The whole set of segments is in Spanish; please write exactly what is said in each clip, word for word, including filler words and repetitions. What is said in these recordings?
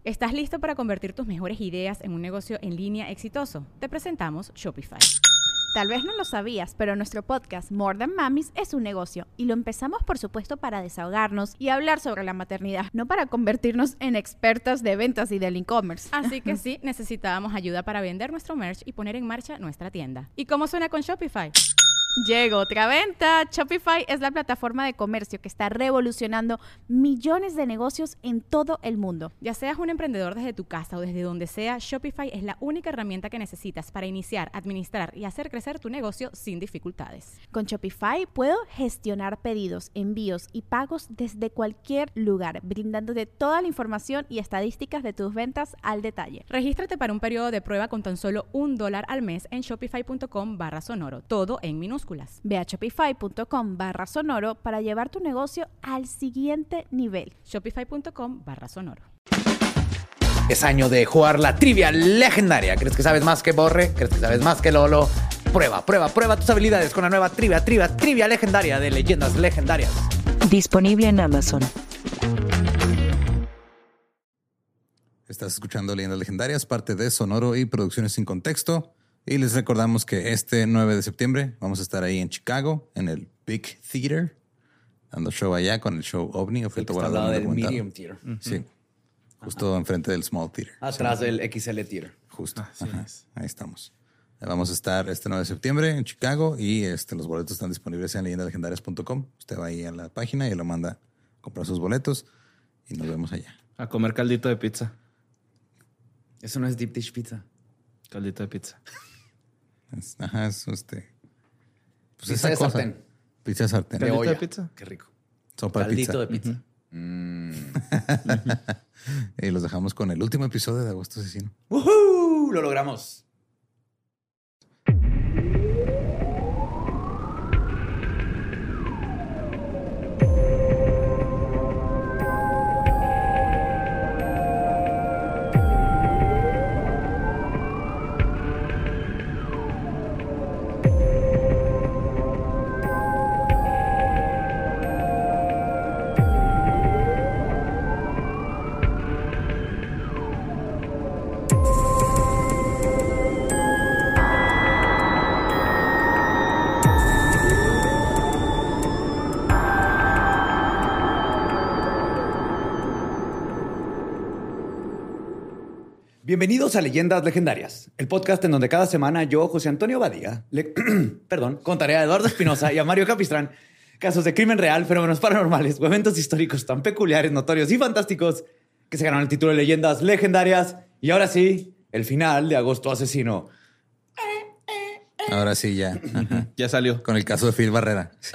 ¿Estás listo para convertir tus mejores ideas en un negocio en línea exitoso? Te presentamos Shopify. Tal vez no lo sabías, pero nuestro podcast More Than Mamis es un negocio y lo empezamos por supuesto para desahogarnos y hablar sobre la maternidad, no para convertirnos en expertas de ventas y del e-commerce. Así que sí, necesitábamos ayuda para vender nuestro merch y poner en marcha nuestra tienda. ¿Y cómo suena con Shopify? Llegó otra venta. Shopify es la plataforma de comercio que está revolucionando millones de negocios en todo el mundo. Ya seas un emprendedor desde tu casa o desde donde sea, Shopify es la única herramienta que necesitas para iniciar, administrar y hacer crecer tu negocio sin dificultades. Con Shopify puedo gestionar pedidos, envíos y pagos desde cualquier lugar, brindándote toda la información y estadísticas de tus ventas al detalle. Regístrate para un periodo de prueba con tan solo un dólar al mes en shopify.com barra sonoro, todo en minúsculas. Ve a shopify.com barra sonoro para llevar tu negocio al siguiente nivel. Shopify.com barra sonoro. Es año de jugar la trivia legendaria. ¿Crees que sabes más que Borre? ¿Crees que sabes más que Lolo? Prueba, prueba, prueba tus habilidades con la nueva trivia, trivia, trivia legendaria de Leyendas Legendarias. Disponible en Amazon. Estás escuchando Leyendas Legendarias, parte de Sonoro y Producciones Sin Contexto. Y les recordamos que este nueve de septiembre vamos a estar ahí en Chicago, en el Big Theater, dando show allá con el show OVNI. Objeto al lado del Medium Theater. Uh-huh. Sí, justo Ajá. enfrente del Small Theater. Atrás sí. del X L Theater. Justo, Ajá. ahí estamos. Vamos a estar este nueve de septiembre en Chicago y este, los boletos están disponibles en leyendas legendarias punto com. Usted va ahí a la página y lo manda a comprar sus boletos y nos vemos allá. A comer caldito de pizza. Eso no es deep dish pizza. Caldito de pizza. Ajá, es este. Pues pizza de cosa. sartén. Pizza de sartén. ¿Caldito de, olla. de pizza? Qué rico. Sopa Caldito de pizza. de pizza. Uh-huh. Mm. Y los dejamos con el último episodio de Agosto Asesino. ¡Woohoo! Lo logramos. Bienvenidos a Leyendas Legendarias, el podcast en donde cada semana yo, José Antonio Badía, le... perdón, contaré a Eduardo Espinosa y a Mario Capistrán casos de crimen real, fenómenos paranormales o eventos históricos tan peculiares, notorios y fantásticos que se ganaron el título de Leyendas Legendarias. Y ahora sí, el final de Agosto Asesino. Ahora sí, ya. Ajá. Ya salió. Con el caso de Phil Barrera. Sí.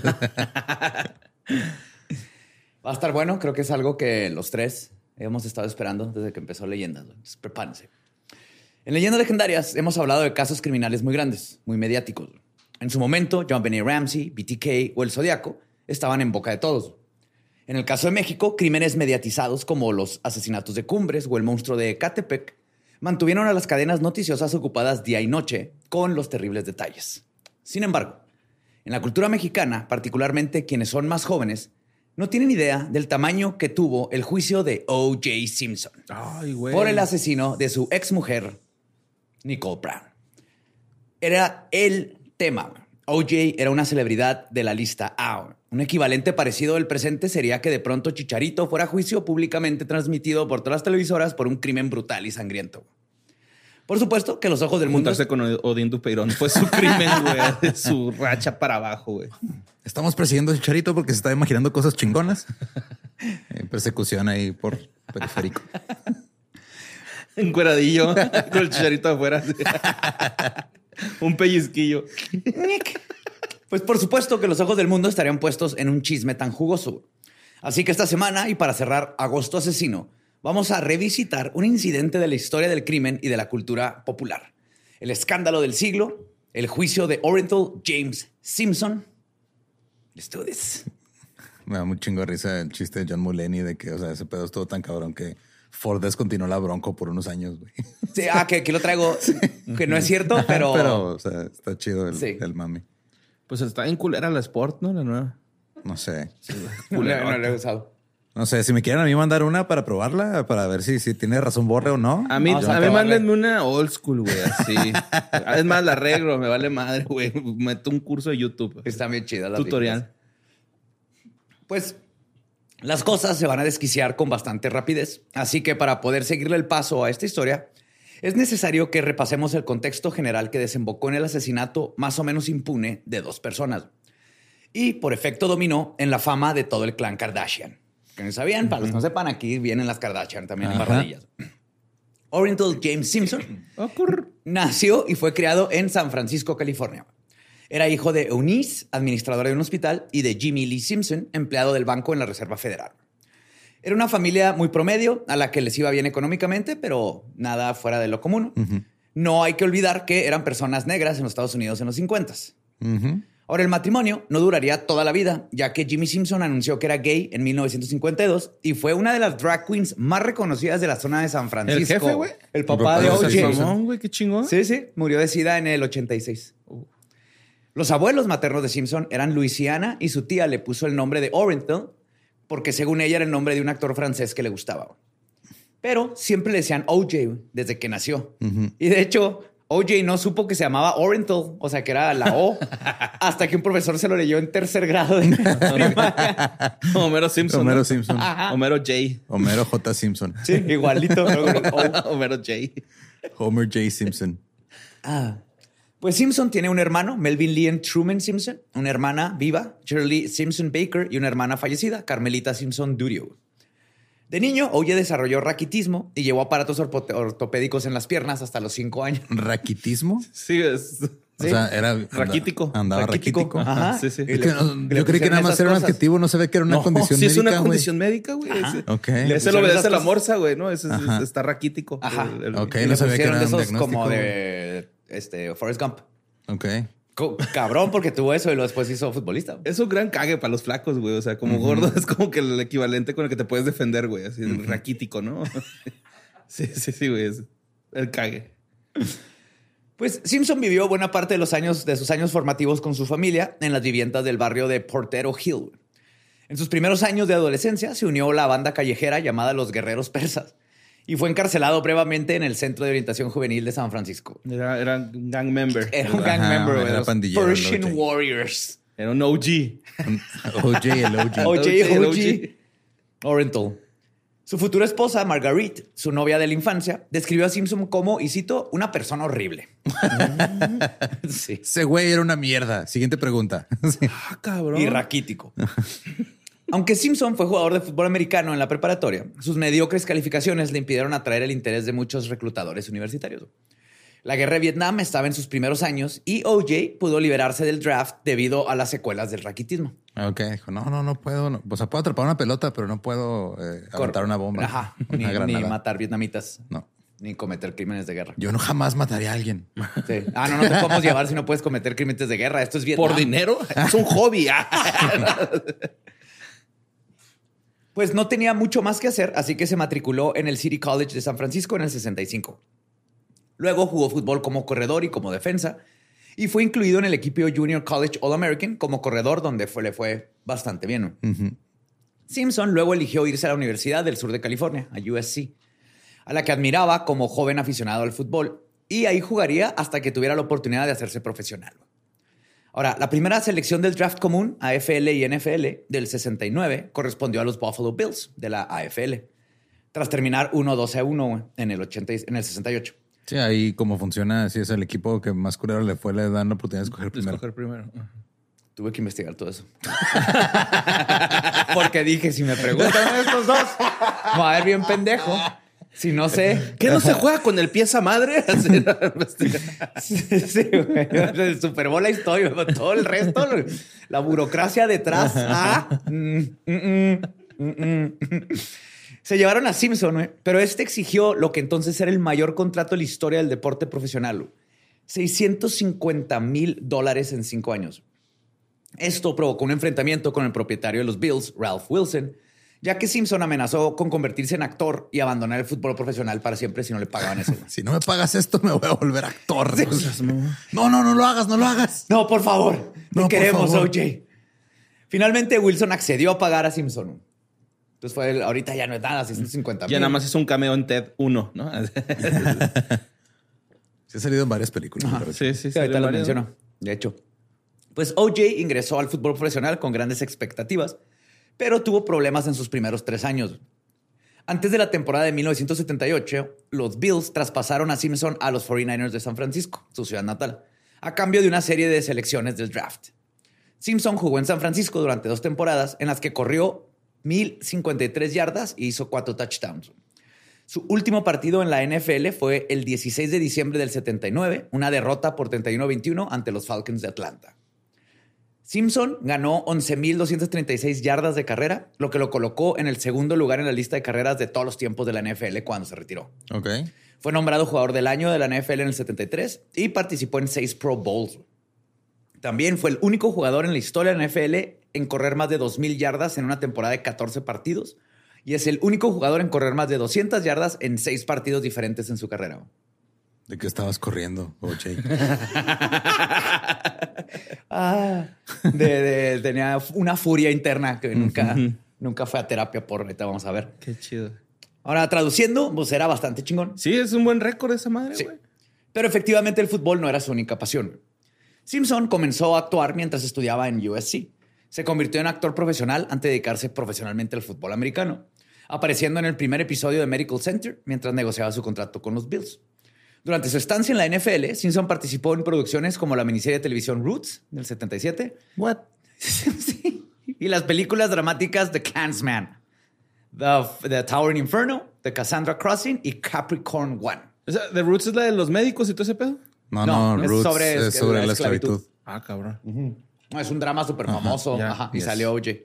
Va a estar bueno. Creo que es algo que los tres hemos estado esperando desde que empezó Leyendas. Entonces, prepárense. En Leyendas Legendarias hemos hablado de casos criminales muy grandes, muy mediáticos. En su momento, John Benet Ramsey, B T K o El Zodiaco estaban en boca de todos. En el caso de México, crímenes mediatizados como los asesinatos de Cumbres o el monstruo de Ecatepec mantuvieron a las cadenas noticiosas ocupadas día y noche con los terribles detalles. Sin embargo, en la cultura mexicana, particularmente quienes son más jóvenes, no tienen idea del tamaño que tuvo el juicio de O J Simpson. Ay, güey. Por el asesino de su exmujer, Nicole Brown. Era el tema. O J era una celebridad de la lista A. Un equivalente parecido del presente sería que de pronto Chicharito fuera a juicio públicamente transmitido por todas las televisoras por un crimen brutal y sangriento. Por supuesto que los ojos del mundo... Juntarse con Odín Dupeirón fue su crimen, güey. De su racha para abajo, güey. Estamos persiguiendo a Chicharito porque se está imaginando cosas chingonas. En persecución ahí por periférico. Encueradillo con el Chicharito afuera. Un pellizquillo. Pues por supuesto que los ojos del mundo estarían puestos en un chisme tan jugoso. Así que esta semana, y para cerrar Agosto Asesino, vamos a revisitar un incidente de la historia del crimen y de la cultura popular. El escándalo del siglo, el juicio de Oriental James Simpson. Let's do this. Me da muy chingo de risa el chiste de John Mulaney de que, o sea, ese pedo estuvo tan cabrón que Ford descontinuó la Bronco por unos años, güey. Sí, ah, que aquí lo traigo, sí. Que no es cierto, pero... Pero, o sea, está chido el, sí. el mami. Pues está en culera la Sport, ¿no? La nueva. No sé. Sí, no, no, no la he usado. No sé, si me quieren a mí mandar una para probarla, para ver si, si tiene razón Borre o no. A mí, Vamos a a mí probarle. mándenme una old school, güey, así. Es más, la arreglo, me vale madre, güey. Meto un curso de YouTube. Están bien chidas las Tutorial. películas. Pues las cosas se van a desquiciar con bastante rapidez. Así que para poder seguirle el paso a esta historia, es necesario que repasemos el contexto general que desembocó en el asesinato más o menos impune de dos personas. Y por efecto dominó en la fama de todo el clan Kardashian. Que no sabían, para los que no sepan, aquí vienen las Kardashian también en barradillas. Oriental James Simpson nació y fue criado en San Francisco, California. Era hijo de Eunice, administradora de un hospital, y de Jimmy Lee Simpson, empleado del banco en la Reserva Federal. Era una familia muy promedio, a la que les iba bien económicamente, pero nada fuera de lo común. Uh-huh. No hay que olvidar que eran personas negras en los Estados Unidos en los cincuentas. Uh-huh. Ahora, el matrimonio no duraría toda la vida, ya que Jimmy Simpson anunció que era gay en mil novecientos cincuenta y dos y fue una de las drag queens más reconocidas de la zona de San Francisco. ¿El jefe, güey? El papá de O J. Mamón, güey, qué chingón. Sí, sí. Murió de sida en el ochenta y seis. Uh. Los abuelos maternos de Simpson eran Louisiana y su tía le puso el nombre de Oriental porque según ella era el nombre de un actor francés que le gustaba. Pero siempre le decían O J desde que nació. Uh-huh. Y de hecho, O J no supo que se llamaba Oriental, o sea, que era la O, hasta que un profesor se lo leyó en tercer grado de primaria. Homero Simpson. Homero ¿no? Simpson. Ajá. Homero J. Homero J. Simpson. Sí, igualito. Homero J. Homer J. Simpson. Ah. Pues Simpson tiene un hermano, Melvin Liam Truman Simpson, una hermana viva, Shirley Simpson Baker, y una hermana fallecida, Carmelita Simpson Durio. De niño, O J desarrolló raquitismo y llevó aparatos orpo- ortopédicos en las piernas hasta los cinco años. ¿Raquitismo? Sí, es... O sea, era... anda- Raquítico. Andaba Raquítico. raquítico. Ajá. Sí, sí. Es que no, yo creí que nada más era un adjetivo, no se ve que era una No, condición sí médica, es una güey. condición médica, güey. Ese, Ok. Le ese pusieron lo obedece esas la cosas. morsa, güey, ¿no? Ese, es- Ajá. está raquítico. Ajá. El- el- Ok, Y no le sabía que pusieron era un de esos diagnóstico. como de este, Forrest Gump. Ok. Co- Cabrón, porque tuvo eso y luego después hizo futbolista. Es un gran cague para los flacos, güey. O sea, como uh-huh. gordo es como que el equivalente con el que te puedes defender, güey. Así, uh-huh. raquítico, ¿no? sí, sí, sí, güey. Es el cague. Pues Simpson vivió buena parte de los años de sus años formativos con su familia en las viviendas del barrio de Portero Hill. En sus primeros años de adolescencia se unió a la banda callejera llamada Los Guerreros Persas y fue encarcelado brevemente en el Centro de Orientación Juvenil de San Francisco. Era, era un gang member. Era un gang Ajá, member, era de los pandillero, Persian el O J. Warriors. Era un O G. O J, el O J. O J, el O G. Oriental. Su futura esposa, Marguerite, su novia de la infancia, describió a Simpson como, y cito, una persona horrible. Sí. Ese güey era una mierda. Siguiente pregunta. Sí. Ah, cabrón. Y raquítico. Aunque Simpson fue jugador de fútbol americano en la preparatoria, sus mediocres calificaciones le impidieron atraer el interés de muchos reclutadores universitarios. La guerra de Vietnam estaba en sus primeros años y O J pudo liberarse del draft debido a las secuelas del raquitismo. Ok, dijo, no, no, no puedo. No. O sea, puedo atrapar una pelota, pero no puedo eh, aventar una bomba. Ajá. Una Ni, ni granada. matar vietnamitas. No. Ni cometer crímenes de guerra. Yo no jamás mataría a alguien. Sí. Ah, no, no te podemos llevar si no puedes cometer crímenes de guerra. Esto es Vietnam. ¿Por dinero? Es un hobby. Pues no tenía mucho más que hacer, así que se matriculó en el City College de San Francisco en el sesenta y cinco. Luego jugó fútbol como corredor y como defensa y fue incluido en el equipo Junior College All-American como corredor, donde fue, le fue bastante bien. Uh-huh. Simpson luego eligió irse a la Universidad del Sur de California, a U S C, a la que admiraba como joven aficionado al fútbol, y ahí jugaría hasta que tuviera la oportunidad de hacerse profesional. Ahora, la primera selección del draft común, A F L y N F L, del sesenta y nueve, correspondió a los Buffalo Bills, de la A F L, tras terminar uno doce a uno en el, ochenta, en el sesenta y ocho. Sí, ahí como funciona, si es el equipo que más culero le fue, le dan la oportunidad de escoger primero. Escoger primero. Tuve que investigar todo eso. Porque dije, si me preguntan estos dos, me va a ver bien pendejo. Si no sé. ¿Qué no se juega con el pie esa madre? Sí, sí, güey. El Super Bowl la historia, todo el resto, la burocracia detrás. Ah, mm, mm, mm, mm. Se llevaron a Simpson, ¿eh? Pero este exigió lo que entonces era el mayor contrato en la historia del deporte profesional. seiscientos cincuenta mil dólares en cinco años. Esto provocó un enfrentamiento con el propietario de los Bills, Ralph Wilson, ya que Simpson amenazó con convertirse en actor y abandonar el fútbol profesional para siempre si no le pagaban eso. Si no me pagas esto, me voy a volver actor. Sí. No, no, no lo hagas, no lo hagas. No, por favor. Te No, por queremos, favor. O J. Finalmente, Wilson accedió a pagar a Simpson. Entonces fue, el, ahorita ya no es nada, seiscientos cincuenta mil. Ya nada más es un cameo en Ted uno, ¿no? Sí ha salido en varias películas. Ajá. Sí, sí, sí. Sí, ahorita lo menciono, de hecho. Pues O J ingresó al fútbol profesional con grandes expectativas, pero tuvo problemas en sus primeros tres años. Antes de la temporada de mil novecientos setenta y ocho, los Bills traspasaron a Simpson a los cuarenta y nueve ers de San Francisco, su ciudad natal, a cambio de una serie de selecciones del draft. Simpson jugó en San Francisco durante dos temporadas en las que corrió mil cincuenta y tres yardas y hizo cuatro touchdowns. Su último partido en la N F L fue el dieciséis de diciembre del setenta y nueve, una derrota por treinta y uno a veintiuno ante los Falcons de Atlanta. Simpson ganó once mil doscientas treinta y seis yardas de carrera, lo que lo colocó en el segundo lugar en la lista de carreras de todos los tiempos de la N F L cuando se retiró. Ok. Fue nombrado jugador del año de la N F L en el setenta y tres y participó en seis Pro Bowls. También fue el único jugador en la historia de la N F L en correr más de dos mil yardas en una temporada de catorce partidos y es el único jugador en correr más de doscientas yardas en seis partidos diferentes en su carrera. ¿De qué estabas corriendo, O J? ah, de, de, tenía una furia interna que nunca, nunca fue a terapia por ahorita. Vamos a ver. Qué chido. Ahora, traduciendo, pues era bastante chingón. Sí, es un buen récord esa madre, güey. Sí. Pero efectivamente el fútbol no era su única pasión. Simpson comenzó a actuar mientras estudiaba en U S C. Se convirtió en actor profesional antes de dedicarse profesionalmente al fútbol americano, apareciendo en el primer episodio de Medical Center mientras negociaba su contrato con los Bills. Durante su estancia en la N F L, Simpson participó en producciones como la miniserie de televisión Roots del setenta y siete. What? Sí. Y las películas dramáticas The Clansman, The, The Towering Inferno, The Cassandra Crossing y Capricorn One. O sea, ¿The Roots es la de los médicos y todo ese pedo? No, No, no, es Roots sobre- es es sobre la la esclavitud. esclavitud. Ah, cabrón. No, es un drama súper famoso. ya, Ajá, y yes. salió O J.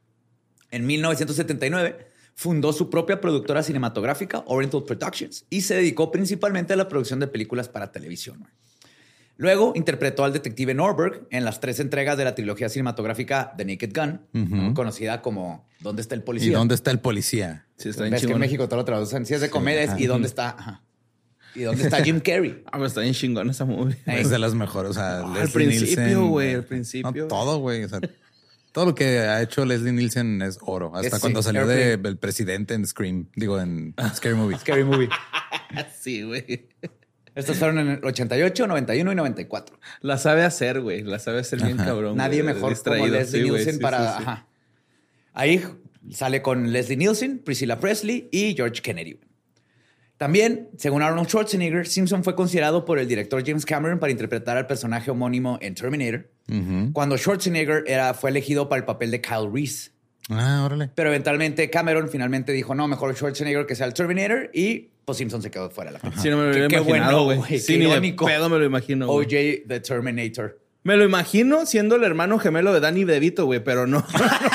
En mil novecientos setenta y nueve fundó su propia productora cinematográfica, Oriental Productions, y se dedicó principalmente a la producción de películas para televisión. Luego interpretó al detective Norberg en las tres entregas de la trilogía cinematográfica The Naked Gun, ¿no? Conocida como ¿Dónde está el policía? ¿Y dónde está el policía? Sí, está bien Ves que en chingón. México todo lo traducen. Si es de comedia es ¿y dónde está? Ajá. ¿Y dónde está Jim Carrey? Ah, pero está bien chingón esa movie. Es de las mejores. O sea, Ah, Leslie al principio, Nielsen, güey, eh, al principio. no, todo, güey. O sea, todo lo que ha hecho Leslie Nielsen es oro. Hasta Es- cuando sí, salió de, Airplane. el presidente en Scream. Digo, en Scary Movie. Scary Movie. Sí, güey. Estos fueron en el ochenta y ocho, noventa y uno y noventa y cuatro. La sabe hacer, güey. La sabe hacer bien cabrón. Nadie güey. mejor como Distraído. Leslie Sí, güey, Nielsen sí, para... sí, sí. Ajá. Ahí sale con Leslie Nielsen, Priscilla Presley y George Kennedy. También, según Arnold Schwarzenegger, Simpson fue considerado por el director James Cameron para interpretar al personaje homónimo en Terminator, cuando Schwarzenegger era, fue elegido para el papel de Kyle Reese. Ah, órale. Pero eventualmente Cameron finalmente dijo, no, mejor Schwarzenegger que sea el Terminator, y pues Simpson se quedó fuera de la película. Sí, no me lo hubiera Qué- qué imaginado, bueno, güey. güey, Sí, qué ni de irónico. pedo me lo imagino, O güey. J the Terminator. Me lo imagino siendo el hermano gemelo de Danny DeVito, güey, pero no.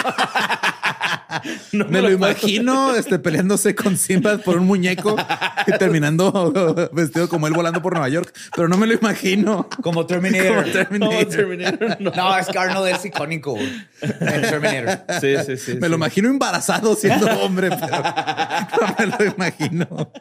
No Me lo puedo- imagino este, peleándose con Simba por un muñeco y terminando vestido como él volando por Nueva York, pero no me lo imagino. Como Terminator. Como Terminator. No, Terminator, no. No, es que Arnold es icónico, güey. En Terminator. Sí, sí, sí. Me lo sí. imagino embarazado siendo hombre, pero no me lo imagino.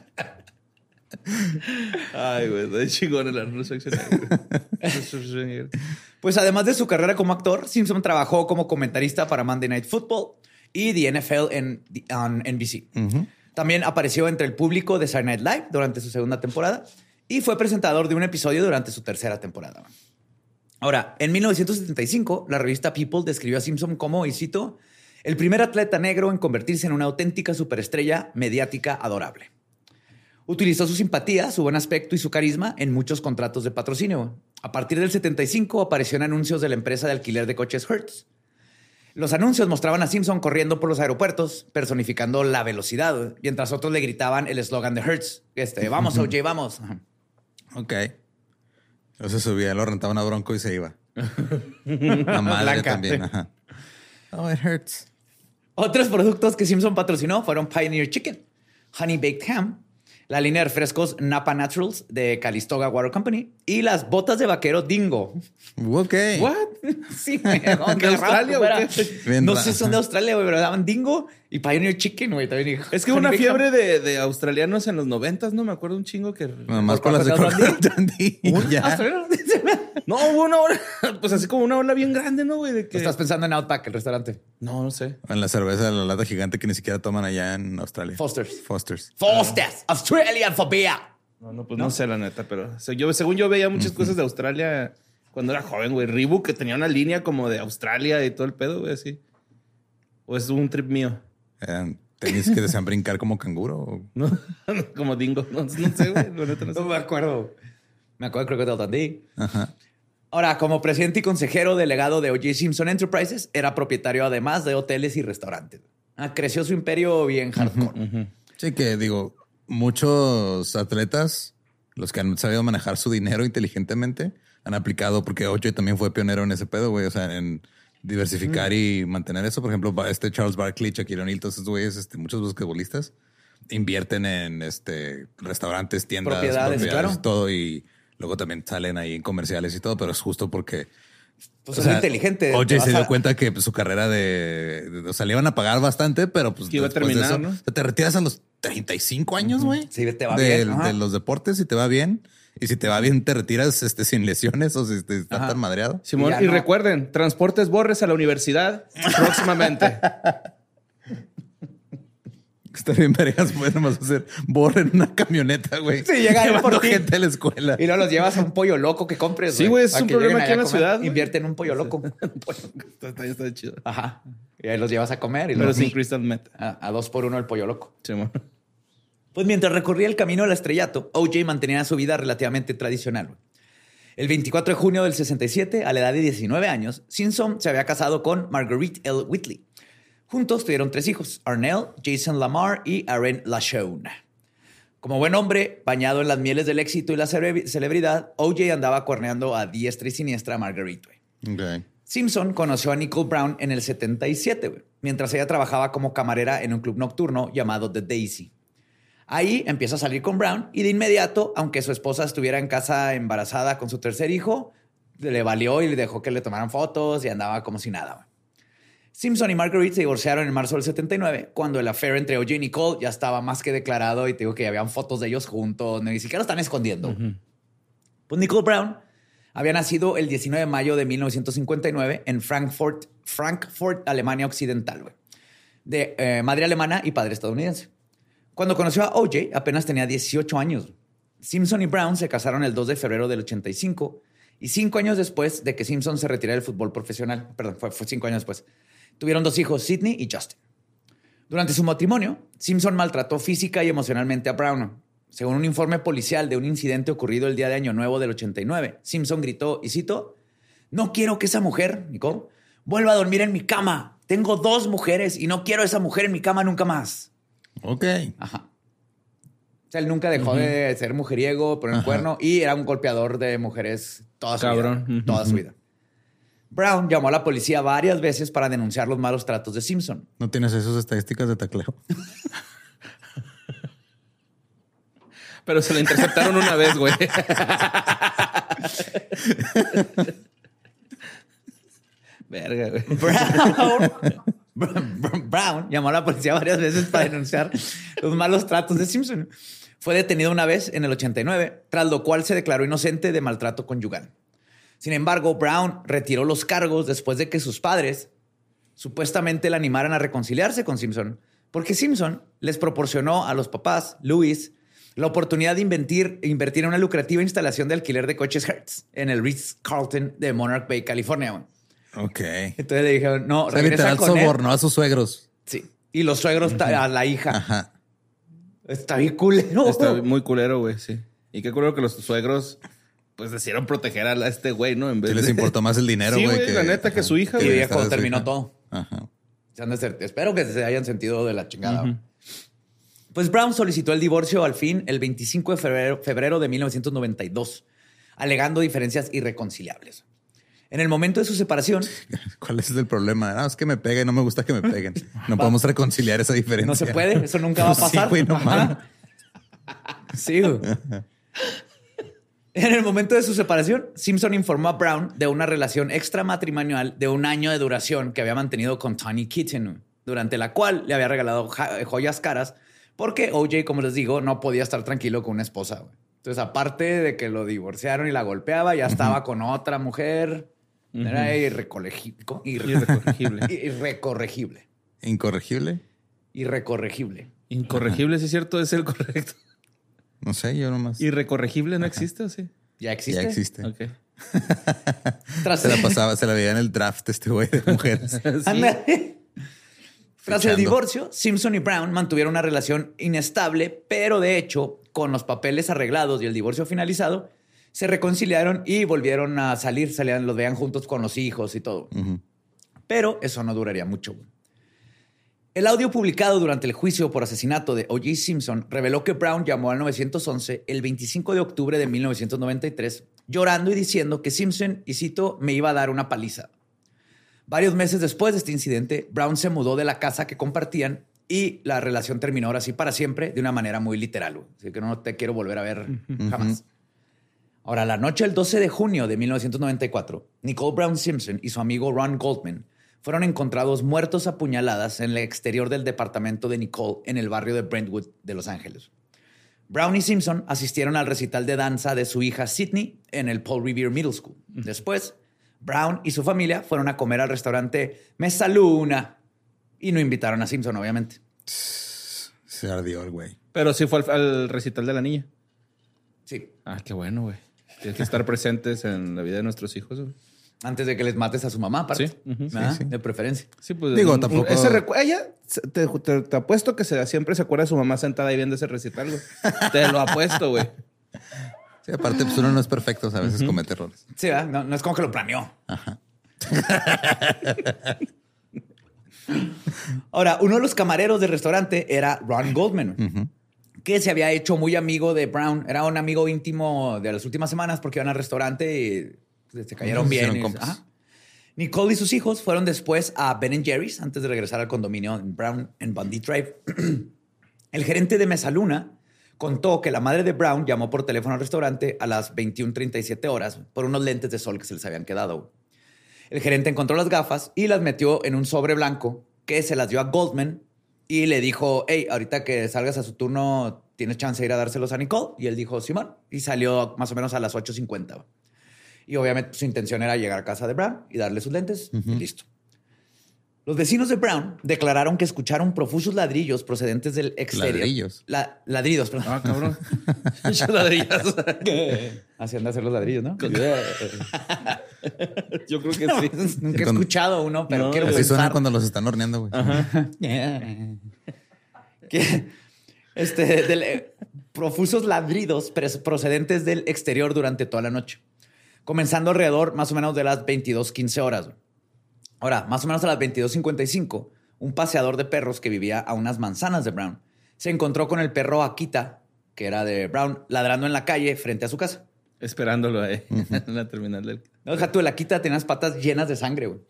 Ay, güey, está chingón el Arnold Schwarzenegger. Pues además de su carrera como actor, Simpson trabajó como comentarista para Monday Night Football y The N F L en on N B C. También apareció entre el público de Saturday Night Live durante su segunda temporada y fue presentador de un episodio durante su tercera temporada. Ahora, en mil novecientos setenta y cinco, la revista People describió a Simpson como, y cito, el primer atleta negro en convertirse en una auténtica superestrella mediática adorable. Utilizó su simpatía, su buen aspecto y su carisma en muchos contratos de patrocinio. A partir del setenta y cinco apareció en anuncios de la empresa de alquiler de coches Hertz. Los anuncios mostraban a Simpson corriendo por los aeropuertos, personificando la velocidad, mientras otros le gritaban el eslogan de Hertz. Este, vamos, O J, vamos. Ajá. Ok. Entonces subía, lo rentaba una Bronco y se iba. La madre Blanca. también. Ajá. Oh, it hurts. Otros productos que Simpson patrocinó fueron Pioneer Chicken, Honey Baked Ham, la línea de refrescos Napa Naturals de Calistoga Water Company y las botas de vaquero Dingo. Ok. ¿What? Sí, güey. ¿De ¿De Australia o qué? Bien No ra- sé si son de Australia, güey, pero daban Dingo y Pioneer Chicken, güey. También. Es que hubo una fiebre de, de australianos en los noventas, ¿no? Me acuerdo un chingo que... Nomás ¿Por con las de Crocodile Crocodile Dundee. ¿Un Ya. australiano? No, hubo una ola, pues así como una ola bien grande, ¿no, güey? De que... Estás pensando en Outback, el restaurante. No, no sé. En la cerveza de la lata gigante que ni siquiera toman allá en Australia. Foster's. Foster's. Foster's. Australian for beer. No, no, pues no, no sé la neta, pero o sea, yo, según yo veía muchas uh-huh. cosas de Australia cuando era joven, güey. Reebok, que tenía una línea como de Australia y todo el pedo, güey, así. ¿O es un trip mío? Eh, ¿Tenis que desean brincar como canguro? O... No, como dingo. No, no sé, güey. La neta no sé. No me acuerdo. Me acuerdo, creo que te lo entendí. Ajá. Ahora, como presidente y consejero delegado de O J Simpson Enterprises, era propietario además de hoteles y restaurantes. Ah, creció su imperio bien hardcore. Uh-huh, uh-huh. Sí, que digo, muchos atletas, los que han sabido manejar su dinero inteligentemente, han aplicado, porque O J también fue pionero en ese pedo, güey. O sea, en diversificar mm. y mantener eso. Por ejemplo, este Charles Barkley, Shaquille O'Neal, todos esos güeyes, este, muchos basquetbolistas invierten en este restaurantes, tiendas, propiedades, propiedades claro. todo, y luego también salen ahí en comerciales y todo, pero es justo porque pues o sea, es inteligente. O J se dio a... cuenta que pues, su carrera de, de, o sea, le iban a pagar bastante, pero pues que iba a terminar, eso, ¿no? Te retiras a los treinta y cinco años, güey. Uh-huh. Sí, te va de, bien. De los deportes, si te va bien. Y si te va bien, te retiras este, sin lesiones o si te estás tan madreado. Simón, y, y no. recuerden, Transportes Borres a la universidad próximamente. Está bien, vergas, pueden nomás hacer borre en una camioneta, güey. Sí, llega por ti. Gente a la escuela. Y luego los llevas a un pollo loco que compres. Sí, güey, es un problema aquí en la ciudad. Invierte en un pollo loco. está, está chido. Ajá. Y ahí los llevas a comer. Y Pero los... sin crystal meth. A, a dos por uno el pollo loco. Sí, man. Pues mientras recorría el camino al estrellato, O J mantenía su vida relativamente tradicional. El veinticuatro de junio del sesenta y siete, a la edad de diecinueve años, Simpson se había casado con Marguerite L. Whitley. Juntos tuvieron tres hijos, Arnell, Jason Lamar y Aaron LaShawn. Como buen hombre, bañado en las mieles del éxito y la celebridad, O J andaba cuerneando a diestra y siniestra a Marguerite. Okay. Simpson conoció a Nicole Brown en el setenta y siete, wey, mientras ella trabajaba como camarera en un club nocturno llamado The Daisy. Ahí empieza a salir con Brown y de inmediato, aunque su esposa estuviera en casa embarazada con su tercer hijo, le valió y le dejó que le tomaran fotos y andaba como si nada, wey. Simpson y Marguerite se divorciaron en marzo del setenta y nueve, cuando el affair entre O J y Nicole ya estaba más que declarado y te digo que habían fotos de ellos juntos, ni siquiera lo están escondiendo. Uh-huh. Pues Nicole Brown había nacido el diecinueve de mayo de mil novecientos cincuenta y nueve en Frankfurt, Frankfurt, Alemania Occidental, güey, de eh, madre alemana y padre estadounidense. Cuando conoció a O J, apenas tenía dieciocho años. Simpson y Brown se casaron el dos de febrero del ochenta y cinco y cinco años después de que Simpson se retirara del fútbol profesional. Perdón, fue, fue cinco años después. Tuvieron dos hijos, Sidney y Justin. Durante su matrimonio, Simpson maltrató física y emocionalmente a Brown. Según un informe policial de un incidente ocurrido el día de Año Nuevo del ochenta y nueve, Simpson gritó, y cito, "No quiero que esa mujer, Nicole, vuelva a dormir en mi cama. Tengo dos mujeres y no quiero a esa mujer en mi cama nunca más." Ok. Ajá. O sea, él nunca dejó uh-huh. de ser mujeriego, poner el cuerno y era un golpeador de mujeres toda su Cabrón. vida. Uh-huh. Toda su vida. Brown llamó a la policía varias veces para denunciar los malos tratos de Simpson. ¿No tienes esas estadísticas de tacleo? Pero se la interceptaron una vez, güey. Verga, güey. Brown, Brown llamó a la policía varias veces para denunciar los malos tratos de Simpson. Fue detenido una vez en el ochenta y nueve, tras lo cual se declaró inocente de maltrato conyugal. Sin embargo, Brown retiró los cargos después de que sus padres supuestamente le animaran a reconciliarse con Simpson, porque Simpson les proporcionó a los papás, Louis, la oportunidad de invertir, invertir en una lucrativa instalación de alquiler de coches Hertz en el Ritz-Carlton de Monarch Bay, California. Ok. Entonces le dijeron, no, o sea, regresa literal con él. sobornó a sus suegros. Sí. Y los suegros uh-huh. a la hija. Ajá. Está bien culero. Está muy culero, güey, sí. Y qué culero que los suegros pues decidieron proteger a este güey, ¿no? En vez que les de... importó más el dinero, sí, güey. Sí, güey, la neta, que su hija. Y viejo terminó todo. Ajá. Se han de ser, espero que se hayan sentido de la chingada. Uh-huh. Pues Brown solicitó el divorcio al fin el veinticinco de febrero, febrero de mil novecientos noventa y dos, alegando diferencias irreconciliables. En el momento de su separación... ¿Cuál es el problema? No, es que me pega y no me gusta que me peguen. No podemos reconciliar esa diferencia. No se puede. Eso nunca va a pasar. Sí, güey, no mames. Sí, güey. En el momento de su separación, Simpson informó a Brown de una relación extramatrimonial de un año de duración que había mantenido con Tony Kitten, durante la cual le había regalado joyas caras porque O J, como les digo, no podía estar tranquilo con una esposa. Güey. Entonces, aparte de que lo divorciaron y la golpeaba, ya estaba uh-huh. con otra mujer. Uh-huh. Era irrecorregible. Irrecorregible. Irrecorregible. ¿Incorregible? Irrecorregible. Incorregible, sí es cierto, es el correcto. No sé, yo nomás. ¿Irrecorregible no Ajá. existe o sí? Ya existe. Ya existe. Ok. Tras se la pasaba, se la veía en el draft este güey de mujeres. ¿Sí? Tras el divorcio, Simpson y Brown mantuvieron una relación inestable, pero de hecho, con los papeles arreglados y el divorcio finalizado, se reconciliaron y volvieron a salir, salían, los veían juntos con los hijos y todo. Uh-huh. Pero eso no duraría mucho. El audio publicado durante el juicio por asesinato de O J Simpson reveló que Brown llamó al nueve once el veinticinco de octubre de mil novecientos noventa y tres, llorando y diciendo que Simpson, y cito, me iba a dar una paliza. Varios meses después de este incidente, Brown se mudó de la casa que compartían y la relación terminó ahora sí para siempre de una manera muy literal. Güey. Así que no te quiero volver a ver uh-huh. jamás. Ahora, la noche del doce de junio de mil novecientos noventa y cuatro, Nicole Brown Simpson y su amigo Ron Goldman fueron encontrados muertos a puñaladas en el exterior del departamento de Nicole en el barrio de Brentwood de Los Ángeles. Brown y Simpson asistieron al recital de danza de su hija Sydney en el Paul Revere Middle School. Después, Brown y su familia fueron a comer al restaurante Mesa Luna y no invitaron a Simpson, obviamente. Se ardió el güey. Pero sí fue al, al recital de la niña. Sí. Ah, qué bueno, güey. Tienes que estar presentes en la vida de nuestros hijos, güey. Antes de que les mates a su mamá, aparte. Sí. Uh-huh. ¿Ah? sí, sí. De preferencia. Sí, pues. Digo, un, tampoco. Ese recu- ella, te, te, te apuesto que se, siempre se acuerda de su mamá sentada ahí viendo ese recital, güey. Te lo apuesto, güey. Sí, aparte, pues uno no es perfecto, a veces uh-huh. comete errores. Sí, ¿verdad? No, no es como que lo planeó. Ajá. Ahora, uno de los camareros del restaurante era Ron Goldman, uh-huh. que se había hecho muy amigo de Brown. Era un amigo íntimo de las últimas semanas porque iban al restaurante y se cayeron uh-huh. bien. Y, Nicole y sus hijos fueron después a Ben and Jerry's antes de regresar al condominio en Brown en Bundy Drive. El gerente de Mesa Luna contó que la madre de Brown llamó por teléfono al restaurante a las veintiuna treinta y siete horas por unos lentes de sol que se les habían quedado. El gerente encontró las gafas y las metió en un sobre blanco que se las dio a Goldman y le dijo, hey, ahorita que salgas a su turno, ¿tienes chance de ir a dárselos a Nicole? Y él dijo, Simón. Y salió más o menos a las ocho cincuenta. Y obviamente su intención era llegar a casa de Brown y darle sus lentes uh-huh. y listo. Los vecinos de Brown declararon que escucharon profusos ladrillos procedentes del exterior. ¿Ladrillos? La, ladridos, perdón. Ah, cabrón. Muchos ladrillos. Así han de hacer los ladrillos, ¿no? Yo creo que no, sí. Nunca he cuando, escuchado uno, pero no, quiero así pensar. suena cuando los están horneando, güey. Ajá. que, este, del, eh, profusos ladridos procedentes del exterior durante toda la noche. Comenzando alrededor más o menos de las veintidós quince horas. Ahora, más o menos a las veintidós cincuenta y cinco, un paseador de perros que vivía a unas manzanas de Brown se encontró con el perro Akita, que era de Brown, ladrando en la calle frente a su casa. Esperándolo ahí, uh-huh. en la terminal del... No, deja tú, el Akita tenía las patas llenas de sangre, güey.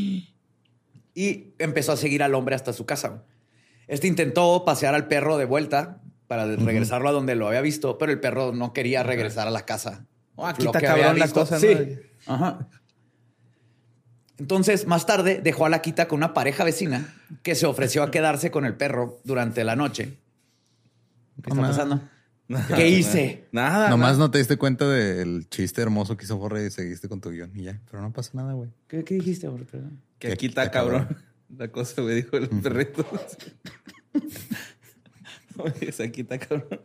Y empezó a seguir al hombre hasta su casa, güey. Este intentó pasear al perro de vuelta para uh-huh. regresarlo a donde lo había visto, pero el perro no quería regresar a la casa. Oh, Akita, cabrón, la cosa, sí. ¿no? Ajá. Entonces, más tarde, dejó a la Akita con una pareja vecina que se ofreció a quedarse con el perro durante la noche. ¿Qué está pasando? Nada, ¿Qué hice? Nada. Nomás nada. no te diste cuenta del chiste hermoso que hizo Jorge y seguiste con tu guión y ya. Pero no pasa nada, güey. ¿Qué, ¿Qué dijiste, amor? Perdón. Que aquí está cabrón. cabrón. La cosa, güey, dijo el perrito. Oye, aquí está cabrón.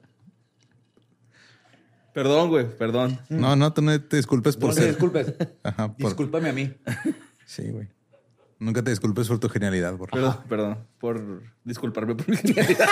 Perdón, güey, perdón. No, no, tú no te disculpes por no ser... te disculpes. Ajá, por... Discúlpame a mí. Sí, güey. Nunca te disculpes por tu genialidad, por Perdón, perdón. Por disculparme por mi genialidad.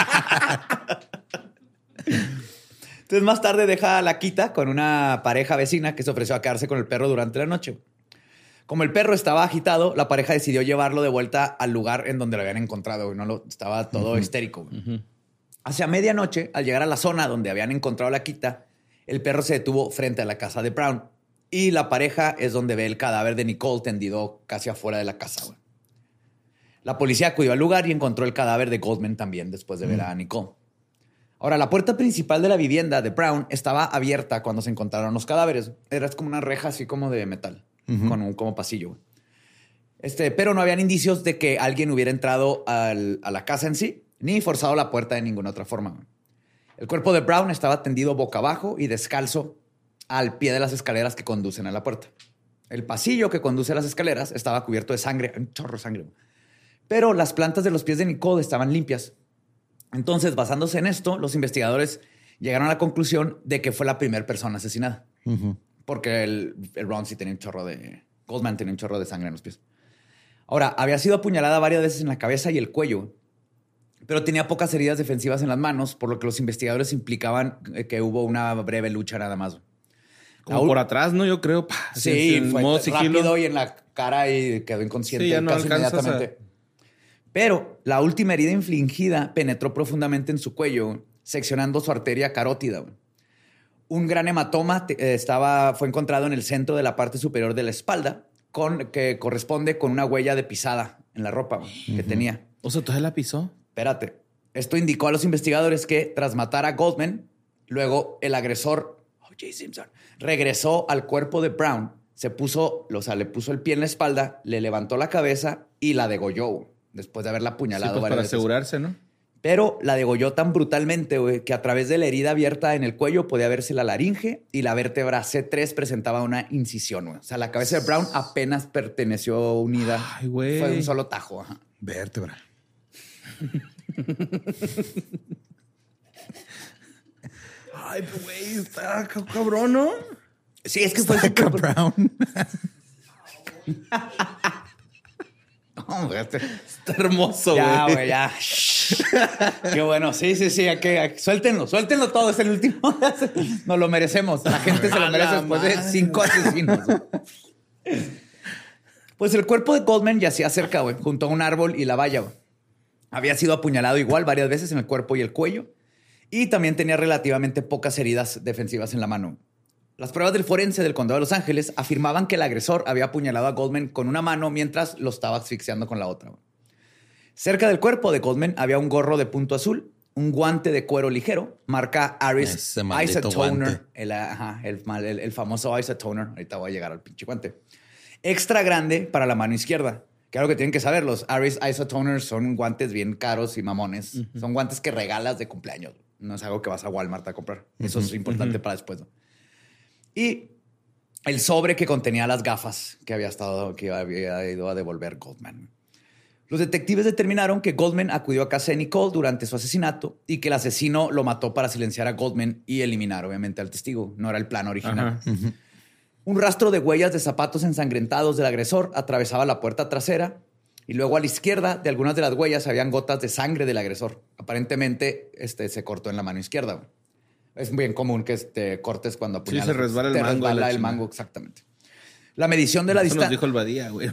Entonces, más tarde deja a la Akita con una pareja vecina que se ofreció a quedarse con el perro durante la noche. Como el perro estaba agitado, la pareja decidió llevarlo de vuelta al lugar en donde lo habían encontrado. No lo, estaba todo uh-huh. histérico. Uh-huh. Hacia medianoche, al llegar a la zona donde habían encontrado a la Akita, el perro se detuvo frente a la casa de Brown. Y la pareja es donde ve el cadáver de Nicole tendido casi afuera de la casa. Güey. La policía acudió al lugar y encontró el cadáver de Goldman también después de ver mm. a Nicole. Ahora, la puerta principal de la vivienda de Brown estaba abierta cuando se encontraron los cadáveres. Era como una reja así como de metal, uh-huh. con un como pasillo. Güey. Este, pero no habían indicios de que alguien hubiera entrado al, a la casa en sí, ni forzado la puerta de ninguna otra forma. Güey. El cuerpo de Brown estaba tendido boca abajo y descalzo al pie de las escaleras que conducen a la puerta. El pasillo que conduce a las escaleras estaba cubierto de sangre, un chorro de sangre. Pero las plantas de los pies de Nicole estaban limpias. Entonces, basándose en esto, los investigadores llegaron a la conclusión de que fue la primera persona asesinada. Uh-huh. Porque el, el Brown sí tenía un chorro de... Goldman tenía un chorro de sangre en los pies. Ahora, había sido apuñalada varias veces en la cabeza y el cuello, pero tenía pocas heridas defensivas en las manos, por lo que los investigadores implicaban que hubo una breve lucha nada más. Como Aún, por atrás, ¿no? Yo creo. Pa, sí, en fue modo rápido y en la cara y quedó inconsciente sí, ya no casi inmediatamente. A... Pero la última herida infligida penetró profundamente en su cuello, seccionando su arteria carótida. Un gran hematoma te, estaba, fue encontrado en el centro de la parte superior de la espalda, con, que corresponde con una huella de pisada en la ropa uh-huh. que tenía. O sea, ¿todavía la pisó? Espérate. Esto indicó a los investigadores que tras matar a Goldman, luego el agresor, O J Simpson, regresó al cuerpo de Brown, se puso, o sea, le puso el pie en la espalda, le levantó la cabeza y la degolló después de haberla apuñalado. Sí, pues varias para veces. Asegurarse, ¿no? Pero la degolló tan brutalmente, güey, que a través de la herida abierta en el cuello podía verse la laringe y la vértebra C tres presentaba una incisión, güey. O sea, la cabeza de Brown apenas perteneció unida. Ay, güey. Fue un solo tajo. Ajá. Vértebra. Ay, pues, güey, está cabrón, ¿no? Sí, es que fue super Brown. No, güey, este... Está hermoso, güey. Ya, güey, ya. Qué bueno. Sí, sí, sí. Hay que, hay... Suéltenlo, suéltenlo todo. Es el último. Nos lo merecemos. La gente se lo merece después de cinco asesinos. Pues el cuerpo de Goldman yacía cerca, güey, junto a un árbol y la valla, güey. Había sido apuñalado igual varias veces en el cuerpo y el cuello. Y también tenía relativamente pocas heridas defensivas en la mano. Las pruebas del forense del condado de Los Ángeles afirmaban que el agresor había apuñalado a Goldman con una mano mientras lo estaba asfixiando con la otra. Cerca del cuerpo de Goldman había un gorro de punto azul, un guante de cuero ligero, marca Aris Isotoner, el, ajá, el, el, el famoso Isotoner. Ahorita voy a llegar al pinche guante. Extra grande para la mano izquierda. Que algo que tienen que saber, los Aris Isotoners son guantes bien caros y mamones. Uh-huh. Son guantes que regalas de cumpleaños. No es algo que vas a Walmart a comprar. Eso uh-huh. es importante uh-huh. para después, ¿no? Y el sobre que contenía las gafas que había estado, que había ido a devolver Goldman. Los detectives determinaron que Goldman acudió a casa de Nicole durante su asesinato y que el asesino lo mató para silenciar a Goldman y eliminar, obviamente, al testigo. No era el plan original. Uh-huh. Un rastro de huellas de zapatos ensangrentados del agresor atravesaba la puerta trasera y luego a la izquierda de algunas de las huellas habían gotas de sangre del agresor. Aparentemente, este, se cortó en la mano izquierda. Es bien común que te cortes cuando apuñalas. Sí, se resbala el te mango. resbala el mango, exactamente. La medición de la distancia... Eso nos dijo el Badía, güey.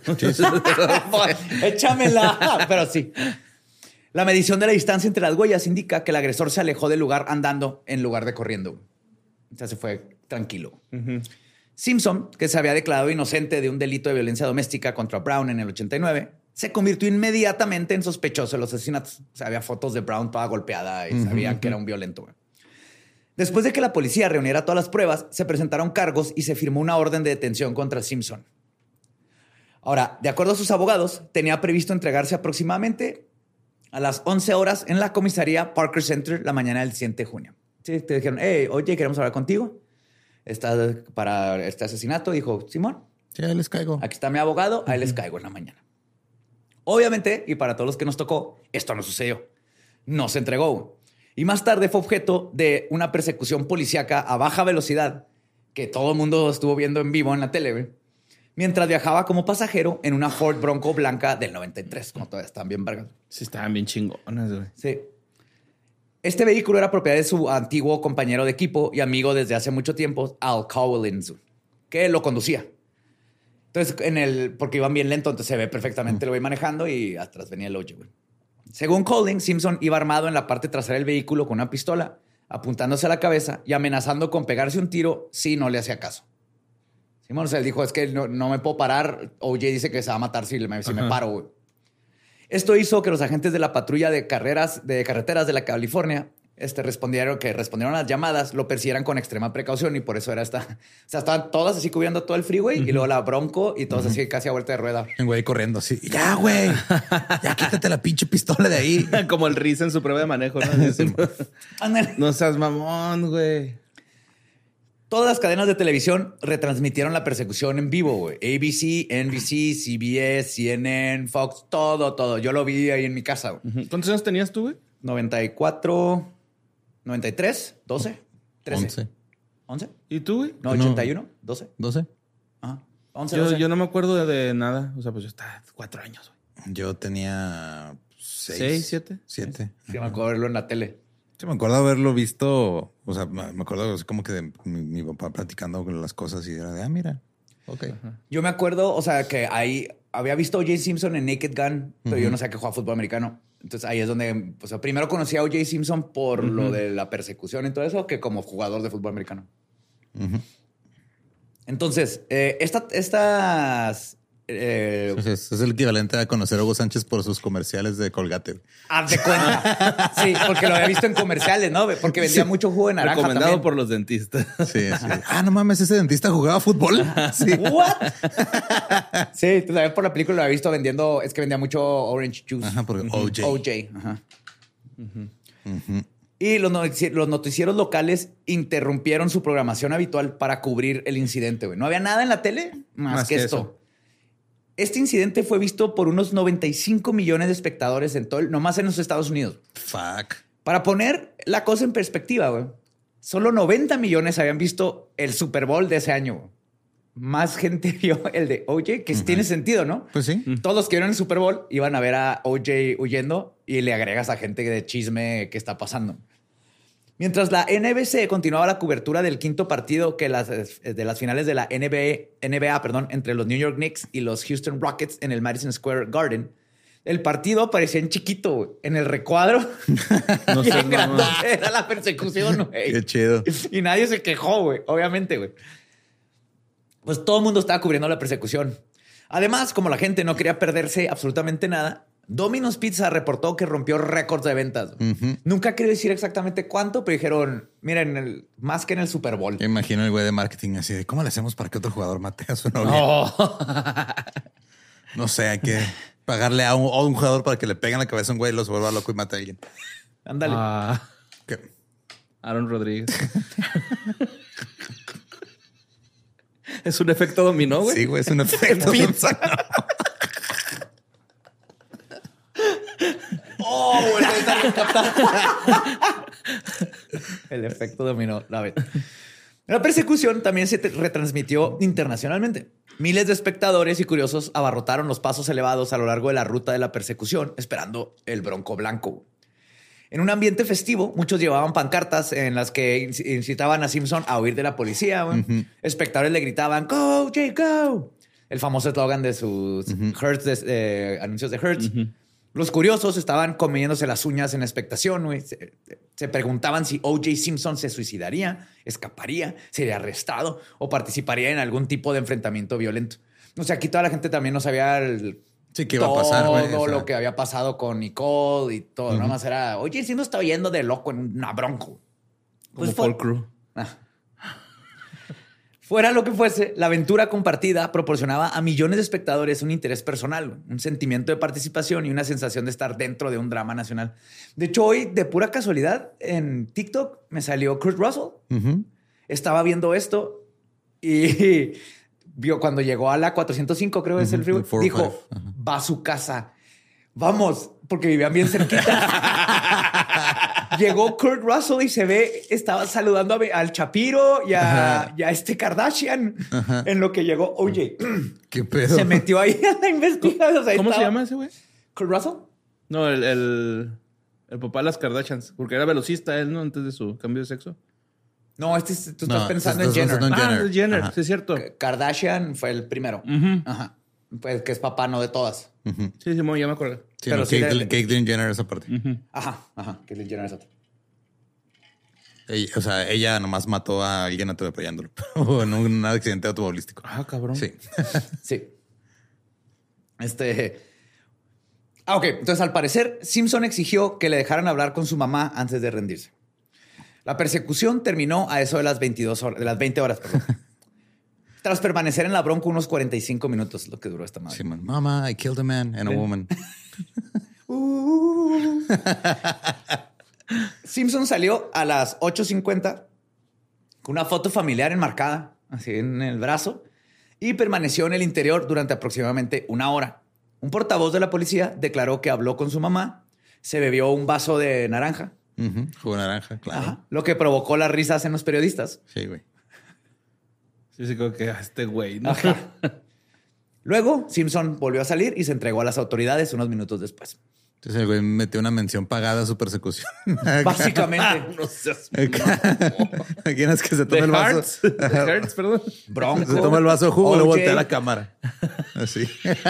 Échamela. Pero sí. La medición de la distancia entre las huellas indica que el agresor se alejó del lugar andando en lugar de corriendo. O sea, se fue tranquilo. Uh-huh. Simpson, que se había declarado inocente de un delito de violencia doméstica contra Brown en el ochenta y nueve, se convirtió inmediatamente en sospechoso de los asesinatos. O sea, había fotos de Brown toda golpeada y uh-huh, sabían uh-huh. que era un violento. Güey. Después de que la policía reuniera todas las pruebas, se presentaron cargos y se firmó una orden de detención contra Simpson. Ahora, de acuerdo a sus abogados, tenía previsto entregarse aproximadamente a las once horas en la comisaría Parker Center la mañana del siete de junio. Sí, te dijeron, hey, oye, queremos hablar contigo. ¿Estás para este asesinato? Dijo, Simón. Sí, ahí les caigo. Aquí está mi abogado, ahí uh-huh. les caigo en la mañana. Obviamente, y para todos los que nos tocó, esto no sucedió. No se entregó. Y más tarde fue objeto de una persecución policíaca a baja velocidad que todo el mundo estuvo viendo en vivo en la tele, ¿ve? Mientras viajaba como pasajero en una Ford Bronco blanca del noventa y tres, como todavía están bien vergas. Sí, estaban bien chingonas, güey. Sí. Este vehículo era propiedad de su antiguo compañero de equipo y amigo desde hace mucho tiempo, Al Collins, que lo conducía. Entonces, en el, porque iban bien lento, entonces se ve perfectamente, lo voy manejando y atrás venía el hoyo, güey. Según Collins, Simpson iba armado en la parte trasera del vehículo con una pistola, apuntándose a la cabeza y amenazando con pegarse un tiro si no le hacía caso. Simón, o sea, él dijo, es que no, no me puedo parar. O J dice que se va a matar si me, si me paro, güey. Esto hizo que los agentes de la patrulla de carreras de carreteras de la California este, respondieron que respondieron a las llamadas, lo persiguieran con extrema precaución y por eso era esta. O sea, estaban todas así cubriendo todo el freeway uh-huh. y luego la Bronco y todos uh-huh. así casi a vuelta de rueda. Un güey corriendo así. Ya, güey. Ya quítate la pinche pistola de ahí. Como el Riz en su prueba de manejo, ¿no? No seas mamón, güey. Todas las cadenas de televisión retransmitieron la persecución en vivo, güey. A B C, N B C, C B S, C N N, Fox, todo, todo. Yo lo vi ahí en mi casa, güey. Uh-huh. ¿Cuántos años tenías tú, güey? noventa y cuatro, noventa y tres, doce, trece. once. ¿once? ¿Y tú, güey? No, ochenta y uno, doce. doce. Ajá. once, yo, doce. yo no me acuerdo de, de nada. O sea, pues yo estaba cuatro años, güey. Yo tenía seis. ¿Seis, siete? Siete. Sí, me acuerdo verlo en la tele. Sí, me acuerdo haberlo visto. O sea, me acuerdo así como que de mi, mi papá platicando con las cosas y era de, ah, mira. Ok. Ajá. Yo me acuerdo, o sea, que ahí había visto a O J Simpson en Naked Gun, pero uh-huh. yo no sabía que jugaba fútbol americano. Entonces ahí es donde, o sea, primero conocí a O J Simpson por uh-huh. lo de la persecución y todo eso, que como jugador de fútbol americano. Uh-huh. Entonces, eh, esta, estas... Eh, es, es, es el equivalente a conocer a Hugo Sánchez por sus comerciales de Colgate. Haz de cuenta. Sí, porque lo había visto en comerciales, ¿no? Porque vendía sí. mucho jugo de naranja. Recomendado también. por los dentistas. Sí, sí. Ah, no mames, ese dentista jugaba fútbol. Sí. ¿What? Sí, tú sabes, por la película lo había visto vendiendo, es que vendía mucho orange juice. Ajá, porque uh-huh. O J. O J, ajá. Uh-huh. Uh-huh. Y los, notici- los noticieros locales interrumpieron su programación habitual para cubrir el incidente, güey. No había nada en la tele más, más que, que esto. Eso. Este incidente fue visto por unos noventa y cinco millones de espectadores en todo el, nomás en los Estados Unidos. Fuck. Para poner la cosa en perspectiva, güey, solo noventa millones habían visto el Super Bowl de ese año. Güey. Más gente vio el de O J, que uh-huh. tiene sentido, ¿no? Pues sí. Todos los que vieron el Super Bowl iban a ver a O J huyendo y le agregas a gente de chisme que está pasando. Mientras la N B C continuaba la cobertura del quinto partido que las, de las finales de la N B A, N B A perdón, entre los New York Knicks y los Houston Rockets en el Madison Square Garden, el partido aparecía en chiquito, güey, en el recuadro. No sé, no, no. Era la persecución, güey. Qué chido. Y nadie se quejó, güey, obviamente, güey. Pues todo el mundo estaba cubriendo la persecución. Además, como la gente no quería perderse absolutamente nada, Domino's Pizza reportó que rompió récords de ventas. Uh-huh. Nunca quería decir exactamente cuánto, pero dijeron, miren, el, más que en el Super Bowl. Me imagino el güey de marketing así de, ¿cómo le hacemos para que otro jugador mate a su novia? Oh. No sé, hay que pagarle a un, a un jugador para que le peguen la cabeza a un güey y los vuelva loco y mate a alguien. Ándale. Uh, ¿Qué? Aaron Rodríguez. Es un efecto dominó, güey. Sí, güey, es un efecto dominó. Oh, bueno, el efecto dominó. La, vez. La persecución también se retransmitió internacionalmente. Miles de espectadores y curiosos abarrotaron los pasos elevados a lo largo de la ruta de la persecución, esperando el Bronco Blanco. En un ambiente festivo, muchos llevaban pancartas en las que incitaban a Simpson a huir de la policía. Uh-huh. Espectadores le gritaban, "Go, Jay, go". El famoso eslogan de sus uh-huh. Hertz, de, eh, anuncios de Hertz. Uh-huh. Los curiosos estaban comiéndose las uñas en expectación. Güey. Se, se preguntaban si O J Simpson se suicidaría, escaparía, sería arrestado o participaría en algún tipo de enfrentamiento violento. O sea, aquí toda la gente también no sabía el, sí, qué iba a pasar, güey. Todo o sea. lo que había pasado con Nicole y todo. Uh-huh. Nada más era, O J Simpson está yendo de loco en una Bronco. Pues Como Paul Crew. Ah. Fuera lo que fuese, la aventura compartida proporcionaba a millones de espectadores un interés personal, un sentimiento de participación y una sensación de estar dentro de un drama nacional. De hecho, hoy, de pura casualidad, en TikTok me salió Kurt Russell. Uh-huh. Estaba viendo esto y vio cuando llegó a la cuatrocientos cinco, creo que uh-huh. es el freeway, dijo, uh-huh. va a su casa. Vamos, porque vivían bien cerquita. Llegó Kurt Russell y se ve, estaba saludando a, al Chapiro y a, y a este Kardashian. Ajá. En lo que llegó O J. ¿Qué pedo? Se metió ahí a la investigación. O sea, ¿Cómo estaba... se llama ese güey? ¿Kurt Russell? No, el, el, el papá de las Kardashians. Porque era velocista él, ¿no? Antes de su cambio de sexo. No, este es, tú no, estás pensando en estás Jenner. En Jenner. Ah, es Jenner. Ajá. Sí, es cierto. Kardashian fue el primero. Uh-huh. Ajá. Pues que es papá, no de todas. Uh-huh. Sí, sí, ya me acuerdo. Sí, pero no, sí Caitlyn le... Jenner esa parte. Uh-huh. Ajá, ajá. Caitlyn Jenner esa parte. Ella, o sea, ella nomás mató a alguien atropellándolo en un accidente automovilístico. Ah, cabrón. Sí. Sí. Este... Ah, ok. Entonces, al parecer, Simpson exigió que le dejaran hablar con su mamá antes de rendirse. La persecución terminó a eso de las veintidós horas, de las veinte horas, perdón. Tras permanecer en la Bronco unos cuarenta y cinco minutos, lo que duró esta madre. Sí, man. Mama, I killed a man and a woman. Uh. Simpson salió a las ocho cincuenta con una foto familiar enmarcada así en el brazo y permaneció en el interior durante aproximadamente una hora. Un portavoz de la policía declaró que habló con su mamá, se bebió un vaso de naranja. Uh-huh. Jugo de naranja, claro. Ajá, lo que provocó las risas en los periodistas. Sí, güey. Sí, sí, creo que a este güey, ¿no? Ajá. Luego, Simpson volvió a salir y se entregó a las autoridades unos minutos después. Entonces el güey metió una mención pagada a su persecución. Básicamente. No seas... ¿Quién es que se toma The el vaso? Hearts, The Hearts, perdón. Bronco. Se toma el vaso de jugo y le O J. voltea a la cámara. Así.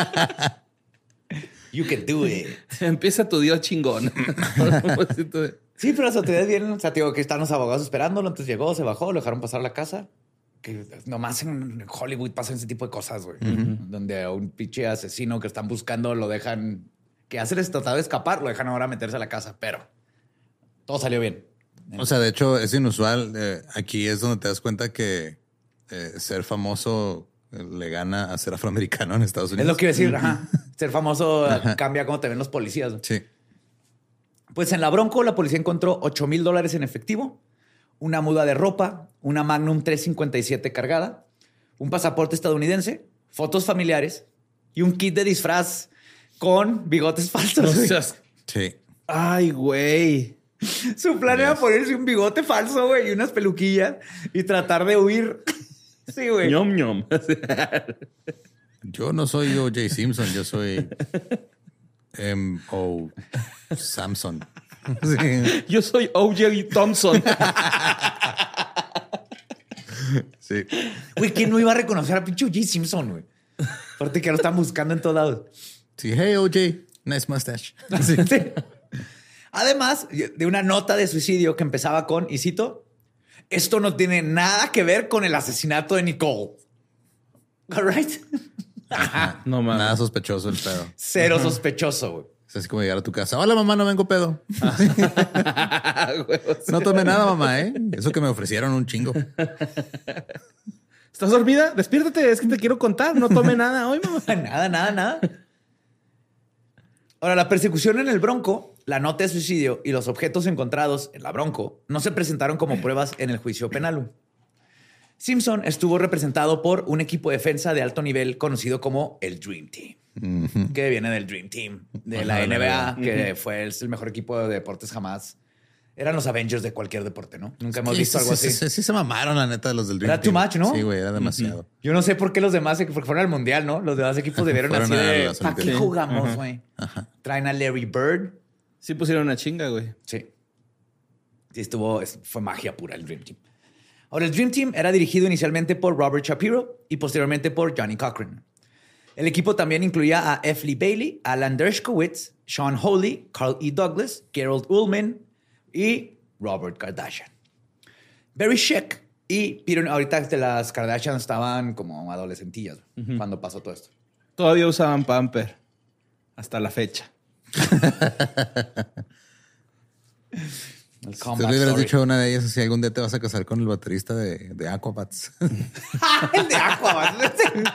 You can do it. Empieza tu Dios chingón. Sí, pero las autoridades vienen, o sea, digo que están los abogados esperándolo, entonces llegó, se bajó, lo dejaron pasar a la casa. Que nomás en Hollywood pasan ese tipo de cosas, güey. Uh-huh. Donde a un pinche asesino que están buscando lo dejan, que hace les tratado de escapar, lo dejan ahora meterse a la casa, pero todo salió bien. O sea, de hecho, es inusual. Eh, aquí es donde te das cuenta que eh, ser famoso le gana a ser afroamericano en Estados Unidos. Es lo que iba a decir, ajá. Ser famoso ajá. Cambia cómo te ven los policías. Sí. Pues en la Bronco, la policía encontró ocho mil dólares en efectivo, una muda de ropa, una Magnum tres cincuenta y siete cargada, un pasaporte estadounidense, fotos familiares y un kit de disfraz con bigotes falsos. No seas... Sí. Ay, güey. Su plan era ponerse un bigote falso, güey, y unas peluquillas y tratar de huir. Sí, güey. Ñom, ñom. Yo no soy O J Simpson, yo soy M O Samson. Sí. Yo soy O J Thompson. Sí. Güey, ¿quién no iba a reconocer a pinche O J Simpson, güey? Aparte que lo están buscando en todos lados. Sí, hey O J, nice mustache. Sí. Sí. Además de una nota de suicidio que empezaba con, y cito, esto no tiene nada que ver con el asesinato de Nicole. All right. No mames. Nada sospechoso el pedo. Cero uh-huh. sospechoso, güey. Es así como llegar a tu casa. Hola, mamá, no vengo pedo. No tomé nada, mamá, ¿eh? Eso que me ofrecieron un chingo. ¿Estás dormida? Despiértate, es que te quiero contar. No tomé nada hoy, mamá. Nada, nada, nada. Ahora, la persecución en el Bronco, la nota de suicidio y los objetos encontrados en la Bronco no se presentaron como pruebas en el juicio penal. Simpson estuvo representado por un equipo de defensa de alto nivel conocido como el Dream Team, uh-huh. que viene del Dream Team de la N B A, que uh-huh. fue el, el mejor equipo de deportes jamás. Eran los Avengers de cualquier deporte, ¿no? Nunca hemos sí, visto sí, algo sí, así. Sí, sí, sí se mamaron, la neta, de los del Dream Era Team. Era too much, ¿no? Sí, güey, era demasiado. Uh-huh. Yo no sé por qué los demás, porque fueron al Mundial, ¿no? Los demás equipos debieron así de, ¿para qué jugamos, güey? Uh-huh. Traen a Larry Bird. Sí pusieron una chinga, güey. Sí. Sí, estuvo, fue magia pura el Dream Team. Ahora, el Dream Team era dirigido inicialmente por Robert Shapiro y posteriormente por Johnny Cochran. El equipo también incluía a F. Lee Bailey, Alan Dershowitz, Sean Hawley, Carl E. Douglas, Gerald Ullman y Robert Kardashian. Barry Sheck y Peter... Ahorita las Kardashian estaban como adolescentillas uh-huh. cuando pasó todo esto. Todavía usaban pamper hasta la fecha. Si tú le hubieras dicho a una de ellas si algún día te vas a casar con el baterista de, de Aquabats. El de Aquabats.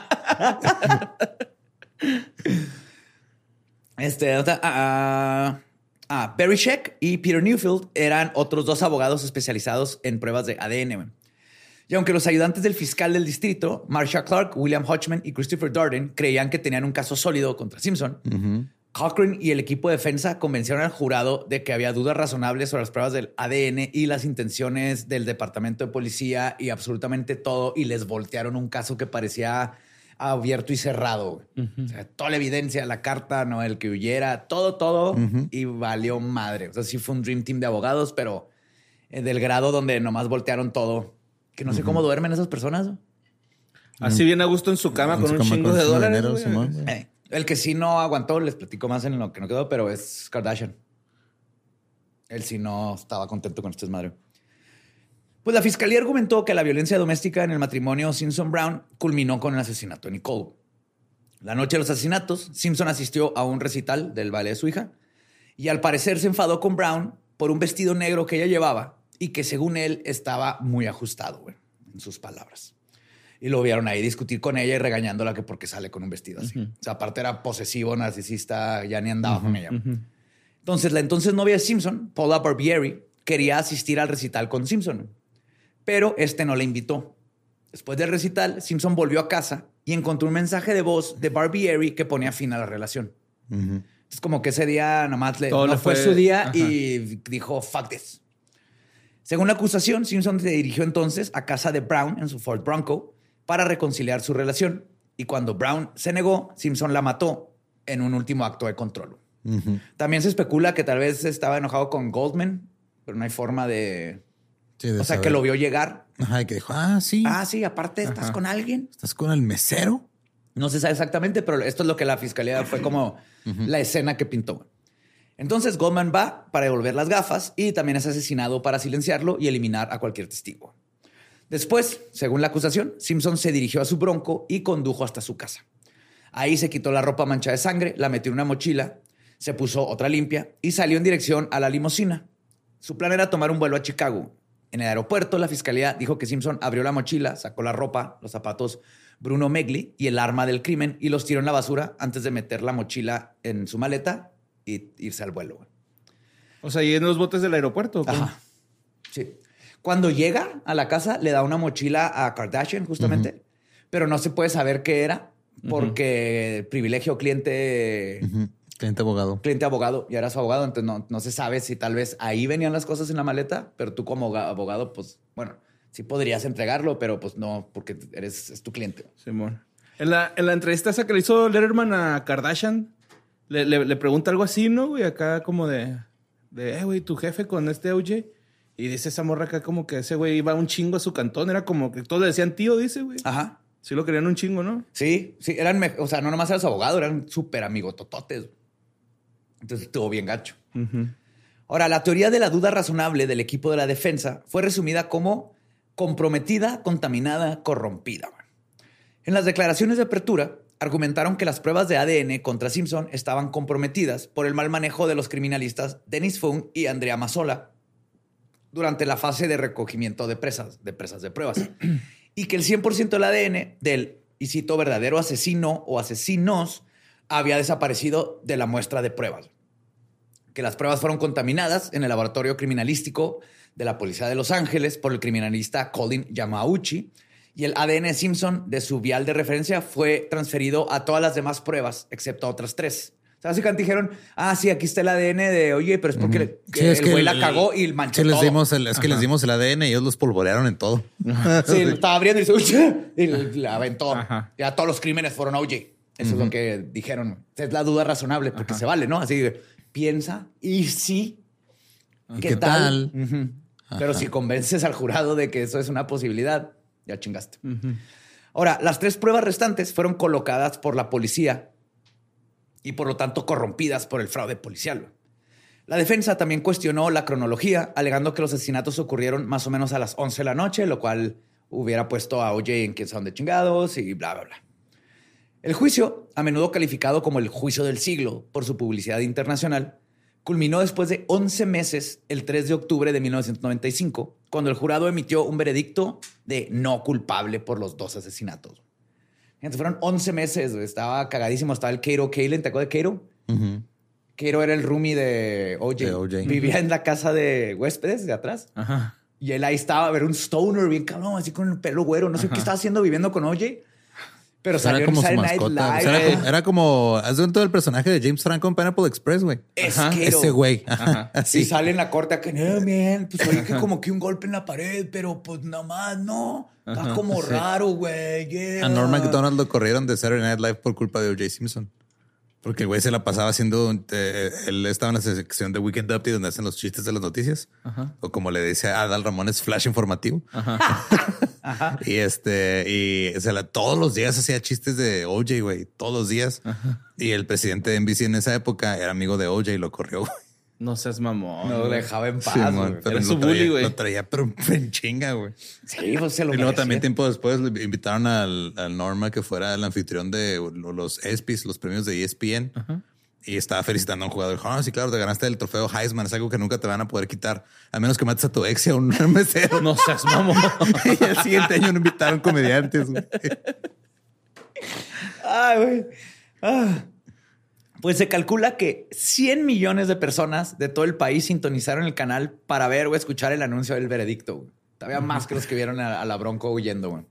este, otra, uh, ah, Barry Sheck y Peter Newfield eran otros dos abogados especializados en pruebas de A D N. Y aunque los ayudantes del fiscal del distrito, Marcia Clark, William Hodgman y Christopher Darden, creían que tenían un caso sólido contra Simpson, uh-huh. Cochran y el equipo de defensa convencieron al jurado de que había dudas razonables sobre las pruebas del A D N y las intenciones del departamento de policía y absolutamente todo, y les voltearon un caso que parecía abierto y cerrado. Uh-huh. O sea, toda la evidencia, la carta, no el que huyera, todo, todo, uh-huh. y valió madre. O sea, sí fue un Dream Team de abogados, pero del grado donde nomás voltearon todo. Que no sé uh-huh. cómo duermen esas personas. Así bien a gusto en su cama en con un cama chingo con de dólares. Dinero, Simón, eh, el que sí no aguantó, les platico más en lo que no quedó, pero es Kardashian. Él sí no estaba contento con este desmadre. Pues la fiscalía argumentó que la violencia doméstica en el matrimonio Simpson-Brown culminó con el asesinato de Nicole. La noche de los asesinatos, Simpson asistió a un recital del baile de su hija y al parecer se enfadó con Brown por un vestido negro que ella llevaba y que según él estaba muy ajustado, güey, en sus palabras. Y lo vieron ahí discutir con ella y regañándola que porque sale con un vestido así. Uh-huh. O sea, aparte era posesivo, narcisista, ya ni andaba uh-huh. con ella. Uh-huh. Entonces, la entonces novia de Simpson, Paula Barbieri, quería asistir al recital con Simpson, pero este no la invitó. Después del recital, Simpson volvió a casa y encontró un mensaje de voz de Barbieri que ponía fin a la relación. Uh-huh. Es como que ese día nomás le, no le fue, fue su día. Ajá. Y dijo, fuck this. Según la acusación, Simpson se dirigió entonces a casa de Brown en su Ford Bronco para reconciliar su relación. Y cuando Brown se negó, Simpson la mató en un último acto de control. Uh-huh. También se especula que tal vez estaba enojado con Goldman, pero no hay forma de... Sí, de o sea, saber. Que lo vio llegar. Ajá, y que dijo, ah, sí. Ah, sí, aparte, ¿estás Ajá. con alguien? ¿Estás con el mesero? No se sabe exactamente, pero esto es lo que la fiscalía fue como uh-huh. la escena que pintó. Entonces Goldman va para devolver las gafas y también es asesinado para silenciarlo y eliminar a cualquier testigo. Después, según la acusación, Simpson se dirigió a su Bronco y condujo hasta su casa. Ahí se quitó la ropa manchada de sangre, la metió en una mochila, se puso otra limpia y salió en dirección a la limusina. Su plan era tomar un vuelo a Chicago. En el aeropuerto, la fiscalía dijo que Simpson abrió la mochila, sacó la ropa, los zapatos Bruno Megli y el arma del crimen y los tiró en la basura antes de meter la mochila en su maleta y irse al vuelo. O sea, ¿y en los botes del aeropuerto? Ajá. Sí. Cuando llega a la casa, le da una mochila a Kardashian, justamente, uh-huh. pero no se puede saber qué era porque uh-huh. privilegio cliente... Uh-huh. Cliente abogado. Cliente abogado. Ya era su abogado, entonces no, no se sabe si tal vez ahí venían las cosas en la maleta, pero tú como abogado, pues, bueno, sí podrías entregarlo, pero pues no, porque eres es tu cliente. Simón. En la, en la entrevista esa que le hizo Letterman a Kardashian, le, le, le pregunta algo así, ¿no, güey? Acá como de, de eh, güey, tu jefe con este O J. Y dice esa morra acá como que ese güey iba un chingo a su cantón. Era como que todos le decían tío, dice, güey. Ajá. Sí lo querían un chingo, ¿no? Sí, sí. Eran, o sea, no nomás era su abogado, eran súper amigotototes. Entonces estuvo bien gacho. Uh-huh. Ahora, la teoría de la duda razonable del equipo de la defensa fue resumida como comprometida, contaminada, corrompida. En las declaraciones de apertura, argumentaron que las pruebas de A D N contra Simpson estaban comprometidas por el mal manejo de los criminalistas Dennis Fung y Andrea Mazzola durante la fase de recogimiento de presas, de presas de pruebas. Y que el cien por ciento del A D N del, y cito, verdadero asesino o asesinos había desaparecido de la muestra de pruebas. Que las pruebas fueron contaminadas en el laboratorio criminalístico de la Policía de Los Ángeles por el criminalista Colin Yamauchi y el A D N de Simpson de su vial de referencia fue transferido a todas las demás pruebas, excepto a otras tres. O sea, básicamente dijeron, ah, sí, aquí está el A D N de, oye, pero es porque uh-huh. sí, el, es el güey la cagó y manchó sí, todo. Les dimos el, es que Ajá. les dimos el A D N y ellos los polvorearon en todo. Sí, lo estaba abriendo y, se, y la aventó. Ajá. Ya todos los crímenes fueron O J. Eso uh-huh. es lo que dijeron. Es la duda razonable porque Ajá. se vale, ¿no? Así piensa y sí. ¿Qué, ¿Qué tal? tal? Uh-huh. Pero si convences al jurado de que eso es una posibilidad, ya chingaste. Uh-huh. Ahora, las tres pruebas restantes fueron colocadas por la policía y por lo tanto corrompidas por el fraude policial. La defensa también cuestionó la cronología, alegando que los asesinatos ocurrieron más o menos a las once de la noche, lo cual hubiera puesto a O J en quién sabe dónde chingados y bla, bla, bla. El juicio, a menudo calificado como el juicio del siglo por su publicidad internacional, culminó después de once meses, el tres de octubre de mil novecientos noventa y cinco, cuando el jurado emitió un veredicto de no culpable por los dos asesinatos. Gente, fueron once meses, estaba cagadísimo. Estaba el Kato Kaelin, ¿te acuerdas de Kato? Uh-huh. Kato era el roomie de O J. De O J. Vivía uh-huh. en la casa de huéspedes de atrás. Ajá. Y él ahí estaba, a ver, un stoner bien cabrón, así con el pelo güero. No sé Ajá. qué estaba haciendo viviendo con O J. Pero salió era como en su Saturday Night mascota. Live. O sea, era, como, era como... ¿Has visto el personaje de James Franco en Pineapple Express, güey? Es Ajá. que ese güey. Y sale en la corte que, no, man, pues oye, que como que un golpe en la pared, pero pues nada más, no. Está Ajá. como sí. raro, güey. Yeah. A Norm Macdonald lo corrieron de Saturday Night Live por culpa de O J Simpson. Porque el güey se la pasaba haciendo... Eh, él estaba en la sección de Weekend Update donde hacen los chistes de las noticias. Ajá. O como le dice a Adal Ramones, flash informativo. Ajá. Ajá. Y este... Y o sea, todos los días hacía chistes de O J, güey. Todos los días. Ajá. Y el presidente de N B C en esa época era amigo de O J y lo corrió, güey. No seas mamón. No lo dejaba en paz, sí, güey. Era su bully, güey. Lo traía pero en chinga, güey. Sí, pues se lo Y luego merecía. también tiempo después le invitaron al, al Norma que fuera el anfitrión de los ESPYs, los premios de E S P N. Ajá. y estaba felicitando a un jugador. Dijo, oh, sí, claro, te ganaste el trofeo Heisman. Es algo que nunca te van a poder quitar, a menos que mates a tu ex y a un mesero. No seas mamón. Y el siguiente año no invitaron comediantes, güey. Ay, güey. Ah. Pues se calcula que cien millones de personas de todo el país sintonizaron el canal para ver o escuchar el anuncio del veredicto, güey. Todavía más que los que vieron a, a la Bronco huyendo, güey.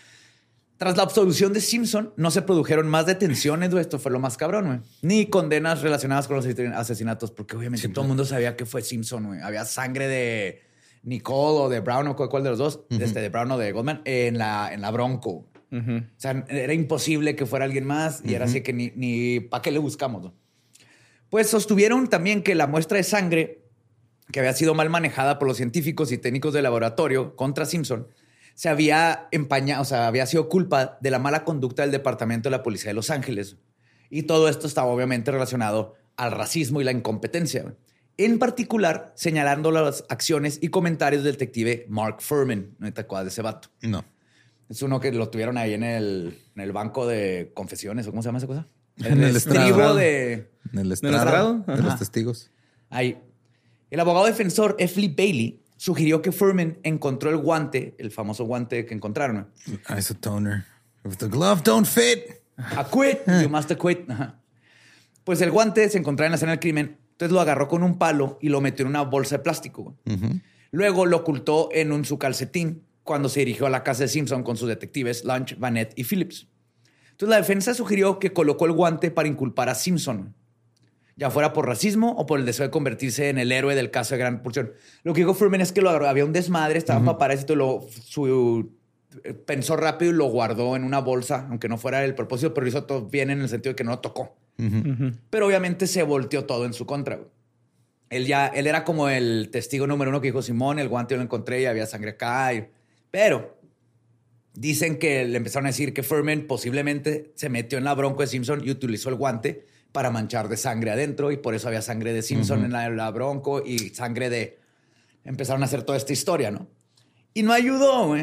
Tras la absolución de Simpson, no se produjeron más detenciones, güey. Esto fue lo más cabrón, güey. Ni condenas relacionadas con los asesinatos, porque obviamente sí, todo el mundo sabía que fue Simpson, güey. Había sangre de Nicole o de Brown o cuál de los dos, uh-huh. este, de Brown o de Goldman, en la, en la Bronco. Uh-huh. O sea, era imposible que fuera alguien más y uh-huh. era así que ni, ni ¿para qué le buscamos? ¿No? Pues sostuvieron también que la muestra de sangre que había sido mal manejada por los científicos y técnicos de laboratorio contra Simpson se había empañado, o sea, había sido culpa de la mala conducta del Departamento de la Policía de Los Ángeles. Y todo esto estaba obviamente relacionado al racismo y la incompetencia. En particular, señalando las acciones y comentarios del detective Mark Fuhrman. ¿No te acuerdas de ese vato? No. Es uno que lo tuvieron ahí en el, en el banco de confesiones, ¿o cómo se llama esa cosa? En el, el estrado. De... En el estrado de los testigos. Ahí. El abogado defensor F. Lee Bailey sugirió que Fuhrman encontró el guante, el famoso guante que encontraron. Isotoner. If the glove don't fit. Acquit. You must acquit. Ajá. Pues el guante se encontraba en la escena del crimen. Entonces lo agarró con un palo y lo metió en una bolsa de plástico. Uh-huh. Luego lo ocultó en un, su calcetín cuando se dirigió a la casa de Simpson con sus detectives Lunch, Vanette y Phillips. Entonces la defensa sugirió que colocó el guante para inculpar a Simpson, ya fuera por racismo o por el deseo de convertirse en el héroe del caso de gran porción. Lo que dijo Fuhrman es que lo agarró, había un desmadre, estaban uh-huh. paparazzi, lo su, pensó rápido y lo guardó en una bolsa, aunque no fuera el propósito, pero hizo todo bien en el sentido de que no lo tocó. Uh-huh. Uh-huh. Pero obviamente se volteó todo en su contra. Él ya, él era como el testigo número uno que dijo, Simón, el guante yo lo encontré y había sangre acá. Y... Pero dicen que le empezaron a decir que Fuhrman posiblemente se metió en la Bronco de Simpson y utilizó el guante para manchar de sangre adentro y por eso había sangre de Simpson uh-huh. en, la, en la Bronco y sangre de... Empezaron a hacer toda esta historia, ¿no? Y no ayudó, güey.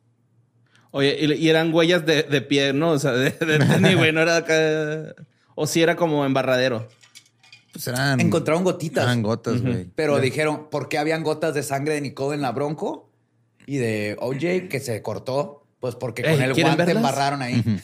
Oye, y, y eran huellas de, de pie, ¿no? O sea, de, de tenis, güey, no era acá... O si era como embarradero. Pues eran... Encontraron gotitas. Eran gotas, güey. Uh-huh. Pero yeah. dijeron, ¿por qué habían gotas de sangre de Nicole en la Bronco? Y de O J que se cortó. Pues porque con el guante verlas? embarraron ahí. Uh-huh.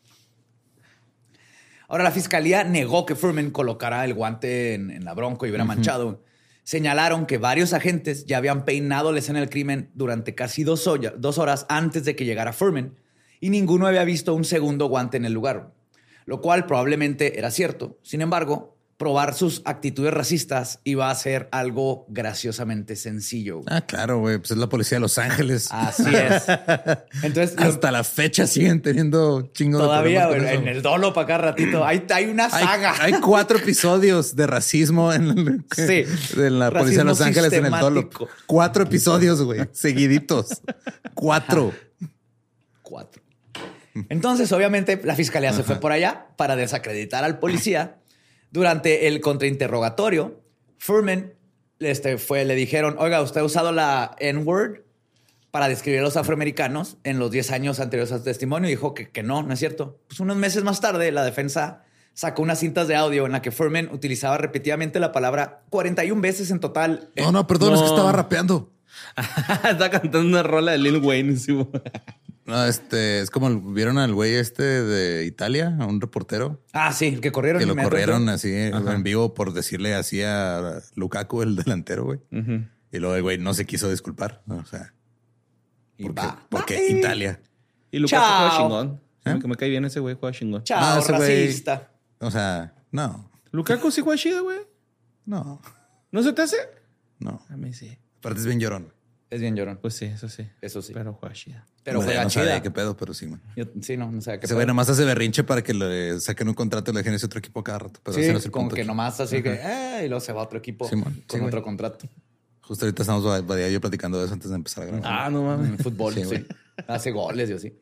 Ahora, la fiscalía negó que Fuhrman colocara el guante en, en la Bronco y hubiera uh-huh. manchado. Señalaron que varios agentes ya habían peinado la escena del crimen durante casi dos, hoy- dos horas antes de que llegara Fuhrman y ninguno había visto un segundo guante en el lugar, lo cual probablemente era cierto. Sin embargo, probar sus actitudes racistas iba a ser algo graciosamente sencillo. Ah, claro, güey. Pues es la policía de Los Ángeles. Así es. Entonces, hasta la fecha siguen teniendo chingo todavía, de Todavía, en el dolo para cada ratito. Hay, hay una saga. Hay, hay cuatro episodios de racismo en, sí. en la policía de Los Ángeles en el dolo. Cuatro episodios, güey. Seguiditos. Cuatro. Cuatro. Entonces, obviamente, la fiscalía Ajá. se fue por allá para desacreditar al policía. Durante el contrainterrogatorio, Fuhrman este, fue, le dijeron, oiga, ¿usted ha usado la N-word para describir a los afroamericanos en los diez años anteriores a su testimonio? Y dijo que, que no, no es cierto. Pues unos meses más tarde, la defensa sacó unas cintas de audio en la que Fuhrman utilizaba repetidamente la palabra cuarenta y una veces en total. No, no, perdón, no. es que estaba rapeando. Está cantando una rola de Lil Wayne. ¿Sí? No, este, es como vieron al güey este de Italia, a un reportero. Ah, sí, el que corrieron. Que lo corrieron así Ajá. en vivo por decirle así a Lukaku, el delantero, güey. Uh-huh. Y luego el güey no se quiso disculpar. O sea, porque, porque Bye. Italia. Y Lukaku juega chingón. ¿Eh? Que me cae bien ese güey, juega chingón. Chao, no, ese racista. Güey, o sea, no. ¿Lukaku sí juega chido, güey? No. ¿No se te hace? No. A mí sí. Aparte es bien llorón. Es bien llorón. Pues sí, eso sí. Eso sí. Pero juega chida. Pero bueno, juega no chida. sabía qué pedo, pero sí, man. Yo, sí, no, no sabía qué Ese pedo. güey nomás hace berrinche para que le saquen un contrato y le dejen ese otro equipo cada rato. Pero sí, ese no es el como punto que aquí. nomás así uh-huh. que... Eh, y luego se va a otro equipo sí, con sí, otro contrato. Justo ahorita estamos Badía y yo platicando de eso antes de empezar a grabar. Ah, no mames. En fútbol, sí. sí. Hace goles y así.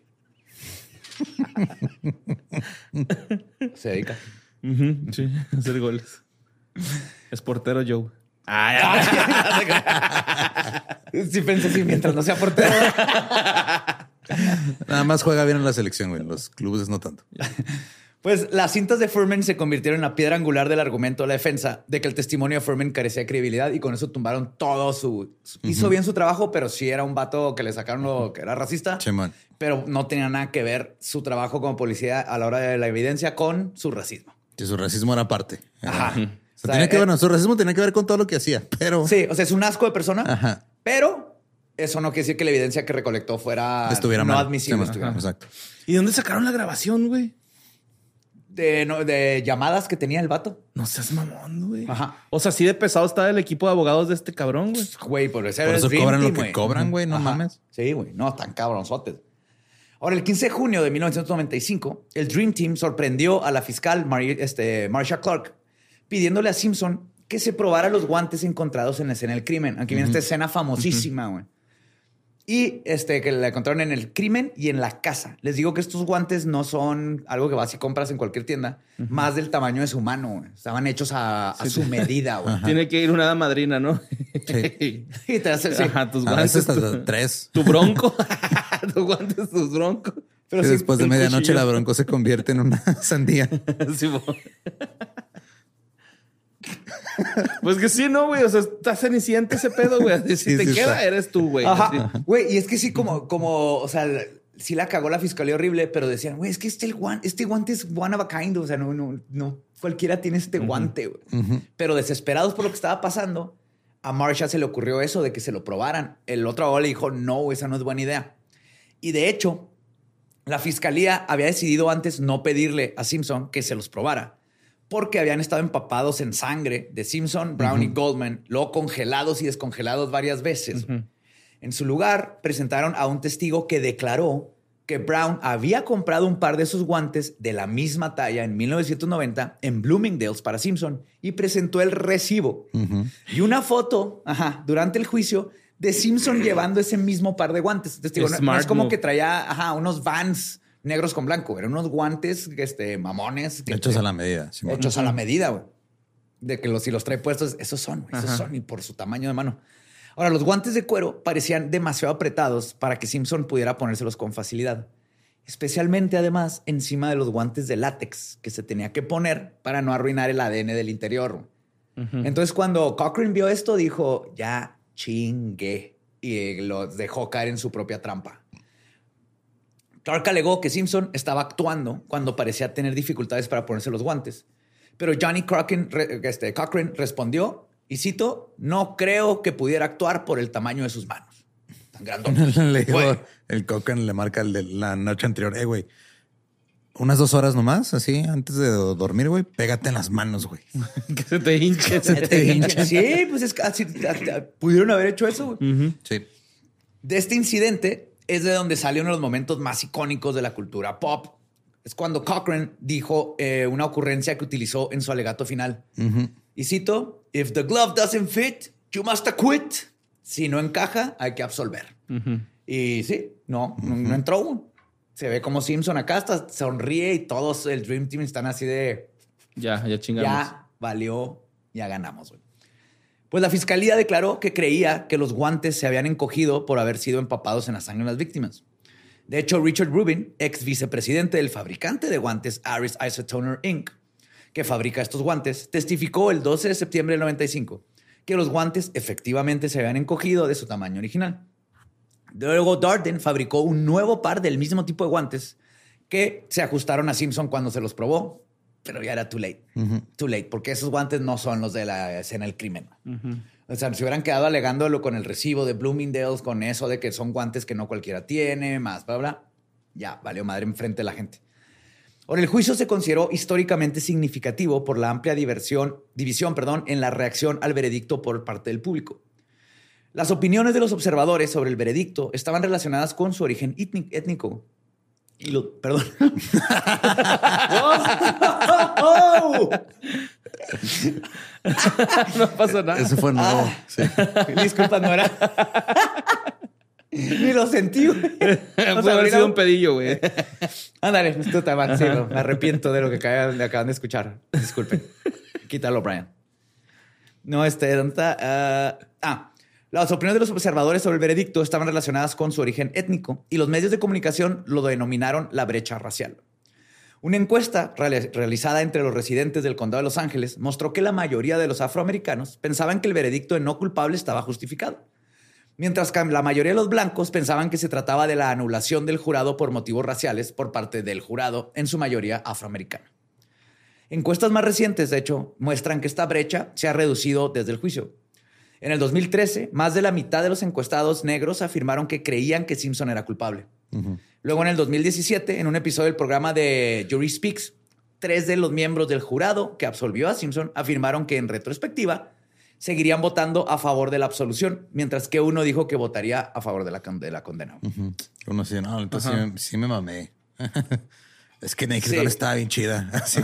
Se dedica. Uh-huh, sí, a hacer goles. Es portero Joe. Ay, sí pensé así, mientras no sea portero. Nada más juega bien en la selección, güey. En los clubes no tanto. Pues las cintas de Furman se convirtieron en la piedra angular del argumento de la defensa de que el testimonio de Furman carecía de credibilidad y con eso tumbaron todo su... su- uh-huh. Hizo bien su trabajo, pero sí era un vato que le sacaron lo que era racista. Sí, man. Pero no tenía nada que ver su trabajo como policía a la hora de la evidencia con su racismo. Sí, su racismo era parte. Era... Ajá. O sea, O sea, tenía que eh... ver, no, su racismo tenía que ver con todo lo que hacía, pero... Sí, o sea, es un asco de persona, Ajá. pero eso no quiere decir que la evidencia que recolectó fuera Estuviera no mal. admisible. Sí, estuviera mal. exacto. ¿Y dónde sacaron la grabación, güey? De, no, de llamadas que tenía el vato. No seas mamón, güey. Ajá. O sea, así de pesado está el equipo de abogados de este cabrón, güey. Güey, por eso, Por eso Dream cobran Team, lo que güey. cobran, güey, no Ajá. mames. Sí, güey, no, están cabronzotes. Ahora, el quince de junio de mil novecientos noventa y cinco, el Dream Team sorprendió a la fiscal Mar este, Marcia Clark pidiéndole a Simpson que se probara los guantes encontrados en la escena del crimen. Aquí viene uh-huh. esta escena famosísima, güey. Uh-huh. Y este, que la encontraron en el crimen y en la casa. Les digo que estos guantes no son algo que vas y compras en cualquier tienda, uh-huh. más del tamaño de su mano, güey. Estaban hechos a, a sí, su medida, güey. Tiene que ir una hada madrina, ¿no? Sí. Y te hace, sí. Ajá, tus a guantes. Veces hasta tu, tres. Tu bronco. Tus guantes, tus broncos. Pero sí, después de medianoche cuchillo. La bronco se convierte en una sandía. Sí, pues que sí, no, güey. O sea, está ceniciente ese pedo, güey. Si sí, te sí, queda, está. Eres tú, güey. Ajá. Güey, y es que sí, como, como, o sea, sí la cagó la fiscalía horrible, pero decían, güey, es que este, el guante, este guante es one of a kind. O sea, no, no, no. Cualquiera tiene este uh-huh. guante, güey. Uh-huh. Pero desesperados por lo que estaba pasando, a Marcia se le ocurrió eso de que se lo probaran. El otro abogado le dijo, no, esa no es buena idea. Y de hecho, la fiscalía había decidido antes no pedirle a Simpson que se los probara, porque habían estado empapados en sangre de Simpson, Brown uh-huh. y Goldman, luego congelados y descongelados varias veces. Uh-huh. En su lugar, presentaron a un testigo que declaró que Brown había comprado un par de esos guantes de la misma talla en mil novecientos noventa en Bloomingdale's para Simpson y presentó el recibo. Uh-huh. Y una foto ajá, durante el juicio de Simpson llevando ese mismo par de guantes. Testigo, no, no es como move. Que traía ajá, unos Vans negros con blanco. Eran unos guantes este, mamones. Que hechos te, a la medida. Sí, hechos uh-huh. a la medida, güey. De que los, si los trae puestos, esos son. Esos Ajá. son y por su tamaño de mano. Ahora, los guantes de cuero parecían demasiado apretados para que Simpson pudiera ponérselos con facilidad. Especialmente, además, encima de los guantes de látex que se tenía que poner para no arruinar el A D N del interior. Uh-huh. Entonces, cuando Cochran vio esto, dijo, ya chingué. Y los dejó caer en su propia trampa. Clark alegó que Simpson estaba actuando cuando parecía tener dificultades para ponerse los guantes. Pero Johnny Cochran, este, Cochran respondió, y cito, no creo que pudiera actuar por el tamaño de sus manos. Tan grandotes. Le dijo, el Cochran le marca el de la noche anterior. Eh, güey, unas dos horas nomás, así, antes de dormir, güey, pégate en las manos, güey. Que se te hinche. Se te hinche. Sí, pues es casi... Pudieron haber hecho eso, güey. Uh-huh. Sí. De este incidente es de donde sale uno de los momentos más icónicos de la cultura pop. Es cuando Cochran dijo eh, una ocurrencia que utilizó en su alegato final. Uh-huh. Y cito, if the glove doesn't fit, you must acquit. Si no encaja, hay que absolver. Uh-huh. Y sí, no, uh-huh. no, no entró. Se ve como Simpson acá hasta sonríe y todos el Dream Team están así de... Ya, ya chingamos. Ya valió, ya ganamos, güey. Pues la fiscalía declaró que creía que los guantes se habían encogido por haber sido empapados en la sangre de las víctimas. De hecho, Richard Rubin, ex vicepresidente del fabricante de guantes Aris Isotoner incorporated, que fabrica estos guantes, testificó el doce de septiembre del noventa y cinco que los guantes efectivamente se habían encogido de su tamaño original. Luego, Darden fabricó un nuevo par del mismo tipo de guantes que se ajustaron a Simpson cuando se los probó, pero ya era too late. Uh-huh. Too late, porque esos guantes no son los de la escena del crimen. Uh-huh. O sea, se hubieran quedado alegándolo con el recibo de Bloomingdale's, con eso de que son guantes que no cualquiera tiene, más, bla, bla. Ya, valió madre enfrente de la gente. Ahora, el juicio se consideró históricamente significativo por la amplia diversión, división perdón, en la reacción al veredicto por parte del público. Las opiniones de los observadores sobre el veredicto estaban relacionadas con su origen étnico. Y lo, perdón. oh. No pasó nada. Eso fue nuevo. Ah, sí. Disculpa, no era. Ni lo sentí, güey. Puede haber sido un pedillo, güey. Ándale, esto está mal. Sí, no, me arrepiento de lo que acaban, acaban de escuchar. Disculpen. Quítalo, Brian. No, este, ¿dónde está? Uh, ah, las opiniones de los observadores sobre el veredicto estaban relacionadas con su origen étnico y los medios de comunicación lo denominaron la brecha racial. Una encuesta reali- realizada entre los residentes del condado de Los Ángeles mostró que la mayoría de los afroamericanos pensaban que el veredicto de no culpable estaba justificado, mientras que la mayoría de los blancos pensaban que se trataba de la anulación del jurado por motivos raciales por parte del jurado, en su mayoría afroamericana. Encuestas más recientes, de hecho, muestran que esta brecha se ha reducido desde el juicio. En el dos mil trece, más de la mitad de los encuestados negros afirmaron que creían que Simpson era culpable. Uh-huh. Luego, en el dos mil diecisiete, en un episodio del programa de Jury Speaks, tres de los miembros del jurado que absolvió a Simpson afirmaron que, en retrospectiva, seguirían votando a favor de la absolución, mientras que uno dijo que votaría a favor de la, de la condena. Uh-huh. Uno sí, no, entonces sí, sí me mamé. Es que Naked Gun estaba bien chida. Así.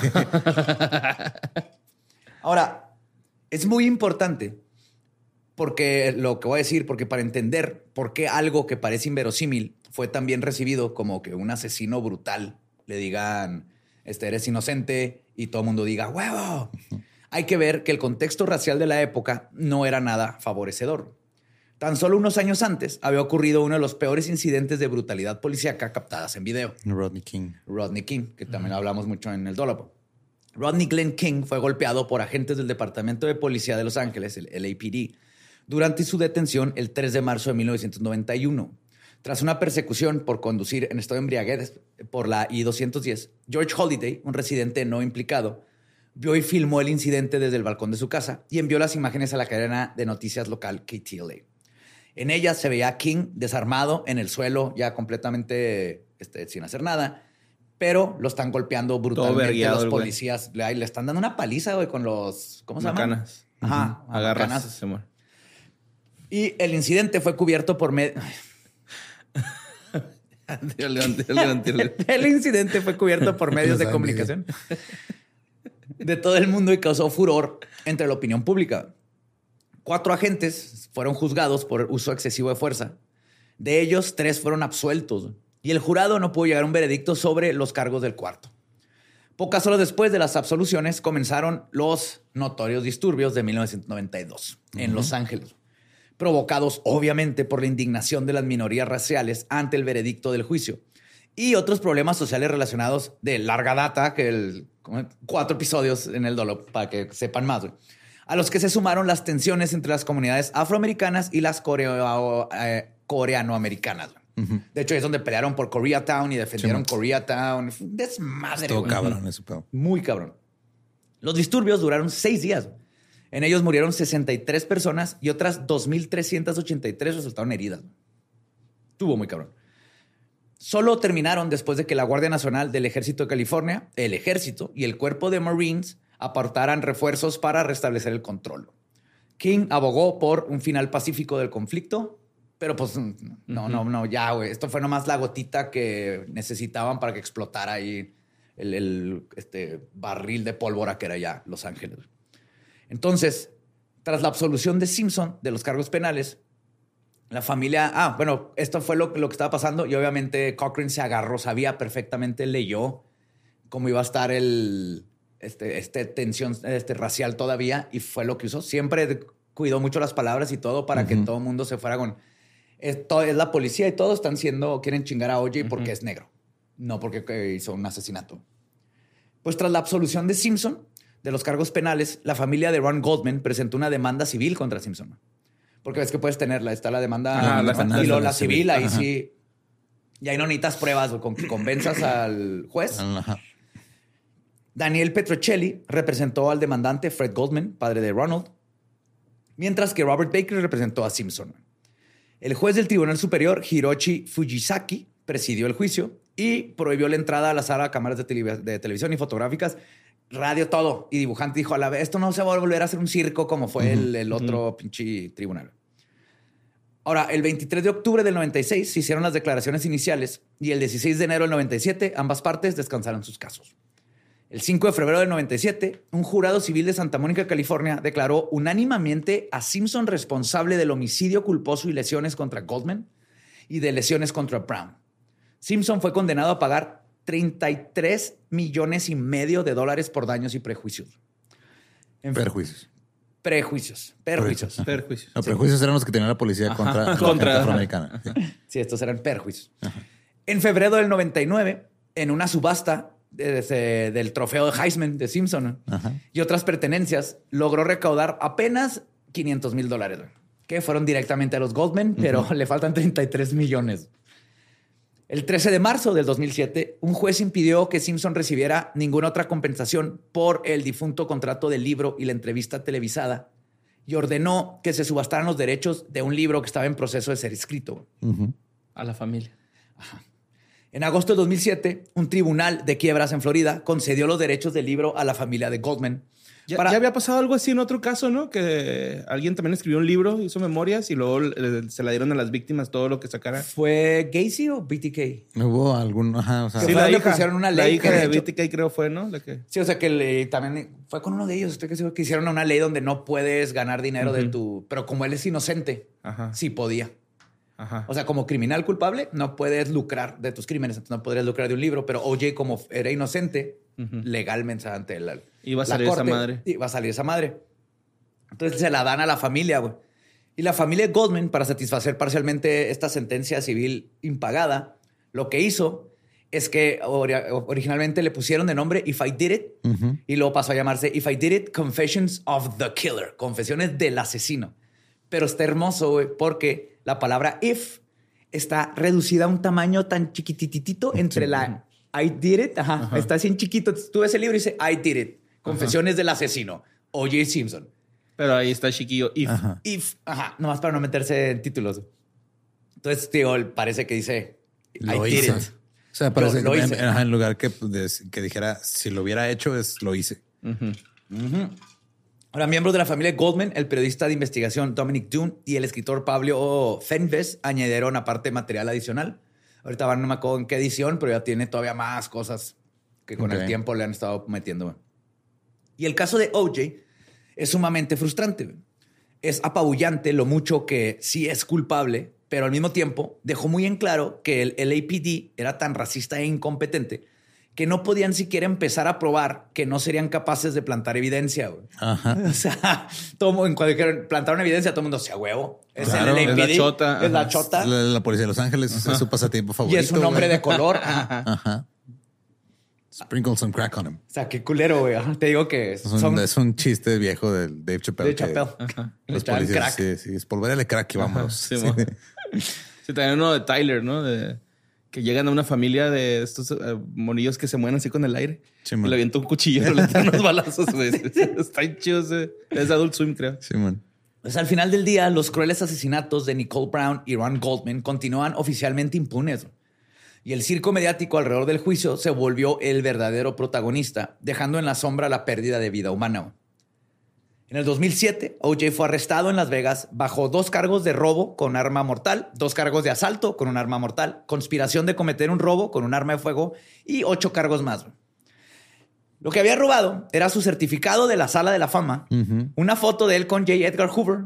Ahora, es muy importante porque lo que voy a decir, porque para entender por qué algo que parece inverosímil fue tan bien recibido como que un asesino brutal le digan, este, eres inocente, y todo el mundo diga, ¡huevo! Uh-huh. Hay que ver que el contexto racial de la época no era nada favorecedor. Tan solo unos años antes había ocurrido uno de los peores incidentes de brutalidad policíaca captadas en video. Rodney King. Rodney King, que también uh-huh. hablamos mucho en el Dólopo. Rodney Glenn King fue golpeado por agentes del Departamento de Policía de Los Ángeles, el L A P D, durante su detención el tres de marzo de mil novecientos noventa y uno. Tras una persecución por conducir en estado de embriaguez por la I doscientos diez, George Holiday, un residente no implicado, vio y filmó el incidente desde el balcón de su casa y envió las imágenes a la cadena de noticias local K T L A. En ellas se veía a King desarmado en el suelo, ya completamente este, sin hacer nada, pero lo están golpeando brutalmente los policías. Le, le están dando una paliza, güey, con los... ¿Cómo se llama? Macanas. Ajá. Uh-huh. Agarras. Se muere. Y el incidente fue cubierto por... Me... el incidente fue cubierto por medios de comunicación de todo el mundo y causó furor entre la opinión pública. Cuatro agentes fueron juzgados por uso excesivo de fuerza. De ellos, tres fueron absueltos y el jurado no pudo llegar a un veredicto sobre los cargos del cuarto. Pocas horas después de las absoluciones comenzaron los notorios disturbios de mil novecientos noventa y dos uh-huh. en Los Ángeles, provocados obviamente por la indignación de las minorías raciales ante el veredicto del juicio y otros problemas sociales relacionados de larga data, que el, cuatro episodios en el Dolo, para que sepan más, güey, a los que se sumaron las tensiones entre las comunidades afroamericanas y las coreo, eh, coreanoamericanas. Uh-huh. De hecho, es donde pelearon por Koreatown y defendieron sí, Koreatown. Desmadre. Todo cabrón, eso, pedo. Muy cabrón. Los disturbios duraron seis días. En ellos murieron sesenta y tres personas y otras dos mil trescientas ochenta y tres resultaron heridas. Estuvo muy cabrón. Solo terminaron después de que la Guardia Nacional del Ejército de California, el Ejército y el Cuerpo de Marines aportaran refuerzos para restablecer el control. King abogó por un final pacífico del conflicto, pero pues no, uh-huh. no, no, ya, güey. Esto fue nomás la gotita que necesitaban para que explotara ahí el, el este, barril de pólvora que era ya Los Ángeles. Entonces, tras la absolución de Simpson de los cargos penales, la familia... Ah, bueno, esto fue lo, lo que estaba pasando y obviamente Cochran se agarró, sabía perfectamente, leyó cómo iba a estar el... Este, este tensión este, racial todavía y fue lo que usó. Siempre cuidó mucho las palabras y todo para uh-huh. que todo el mundo se fuera con... Esto es la policía y todos están siendo... Quieren chingar a O J uh-huh. porque es negro. No porque hizo un asesinato. Pues tras la absolución de Simpson de los cargos penales, la familia de Ron Goldman presentó una demanda civil contra Simpson. Porque ves que puedes tenerla. Está la demanda Ajá, la y luego la civil. civil. Ahí Ajá. sí... Y ahí no necesitas pruebas con que convenzas al juez. Ajá. Daniel Petrocelli representó al demandante Fred Goldman, padre de Ronald, mientras que Robert Baker representó a Simpson. El juez del Tribunal Superior, Hiroshi Fujisaki, presidió el juicio y prohibió la entrada a la sala a cámaras de, tele- de televisión y fotográficas, radio, todo. Y dibujante dijo, a la vez, esto no se va a volver a hacer un circo como fue uh-huh. el, el otro uh-huh. pinche tribunal. Ahora, el veintitrés de octubre del noventa y seis se hicieron las declaraciones iniciales y el dieciséis de enero del noventa y siete ambas partes descansaron sus casos. El cinco de febrero del noventa y siete, un jurado civil de Santa Mónica, California, declaró unánimemente a Simpson responsable del homicidio culposo y lesiones contra Goldman y de lesiones contra Brown. Simpson fue condenado a pagar treinta y tres millones y medio de dólares por daños y prejuicios. En Perjuicios. Prejuicios. Perjuicios. Perjuicios. Los prejuicios eran los que tenía la policía contra la Contra- gente afroamericana. Sí. Sí, estos eran perjuicios. En febrero del noventa y nueve, en una subasta, de, de, del trofeo de Heisman de Simpson, ¿no? Y otras pertenencias, logró recaudar apenas quinientos mil dólares, que fueron directamente a los Goldman, pero uh-huh. le faltan treinta y tres millones. El trece de marzo del dos mil siete, un juez impidió que Simpson recibiera ninguna otra compensación por el difunto contrato del libro y la entrevista televisada y ordenó que se subastaran los derechos de un libro que estaba en proceso de ser escrito. Uh-huh. A la familia. Ajá. En agosto de dos mil siete, un tribunal de quiebras en Florida concedió los derechos del libro a la familia de Goldman. Ya, para... ya había pasado algo así en otro caso, ¿no? Que alguien también escribió un libro, hizo memorias y luego eh, se la dieron a las víctimas todo lo que sacara. ¿Fue Gacy o B T K? Hubo algún... Ajá, o sea... Sí, la hija, pusieron una ley. La hija que de hecho... B T K creo fue, ¿no? La que... Sí, o sea que le, también fue con uno de ellos. Estoy que seguro que hicieron una ley donde no puedes ganar dinero uh-huh. de tu... Pero como él es inocente, Ajá. sí podía. Ajá. O sea, como criminal culpable, no puedes lucrar de tus crímenes. Entonces no podrías lucrar de un libro. Pero O J, como era inocente, uh-huh. legalmente ante la, iba a salir la corte, esa madre. Iba a salir esa madre. Entonces se la dan a la familia, güey. Y la familia Goldman, para satisfacer parcialmente esta sentencia civil impagada, lo que hizo es que or- originalmente le pusieron de nombre If I Did It uh-huh. y luego pasó a llamarse If I Did It, Confessions of the Killer. Confesiones del asesino. Pero está hermoso, güey, porque la palabra if está reducida a un tamaño tan chiquititito entre sí. la I did it, ajá, ajá. está así en chiquito. Tú ves el libro y dice I did it, Confesiones ajá. del asesino, O J Simpson. Pero ahí está chiquillo, if. Ajá. If, ajá, nomás para no meterse en títulos. Entonces, tío, parece que dice lo I hice. did it. O sea, parece lo, que lo en, en lugar que, que dijera si lo hubiera hecho, es lo hice. Uh-huh. Uh-huh. Ahora, miembros de la familia Goldman, el periodista de investigación Dominic Dunne y el escritor Pablo Fenves añadieron aparte material adicional. Ahorita van, no me acuerdo en qué edición, pero ya tiene todavía más cosas que con okay. el tiempo le han estado metiendo. Y el caso de O J es sumamente frustrante. Es apabullante lo mucho que sí es culpable, pero al mismo tiempo dejó muy en claro que el L A P D era tan racista e incompetente que no podían siquiera empezar a probar que no serían capaces de plantar evidencia. Güey. Ajá. O sea, todo, en cuando dijeron plantar una evidencia, todo el mundo se a huevo. Es claro, el L A P D. Es la chota. Es la chota. La, la policía de Los Ángeles ajá. es su pasatiempo favorito. Y es un hombre güey. de color. Ajá. Ajá. Sprinkle some crack on him. O sea, qué culero, güey. Te digo que es un, son... es un chiste viejo del Dave Chappelle. Dave Chappelle. Ajá. Los policías, crack. Sí, sí. Espolvoreale crack y vámonos. Sí, sí. Sí, también uno de Tyler, ¿no? De... que llegan a una familia de estos uh, monillos que se mueven así con el aire. Sí, y le avienta un cuchillo y le dan unos balazos. Está chido. Ese. Es Adult Swim, creo. Sí, man. Pues al final del día, los crueles asesinatos de Nicole Brown y Ron Goldman continúan oficialmente impunes. Y el circo mediático alrededor del juicio se volvió el verdadero protagonista, dejando en la sombra la pérdida de vida humana. En el dos mil siete, O J fue arrestado en Las Vegas bajo dos cargos de robo con arma mortal, dos cargos de asalto con un arma mortal, conspiración de cometer un robo con un arma de fuego y ocho cargos más. Lo que había robado era su certificado de la Sala de la Fama, uh-huh. una foto de él con J. Edgar Hoover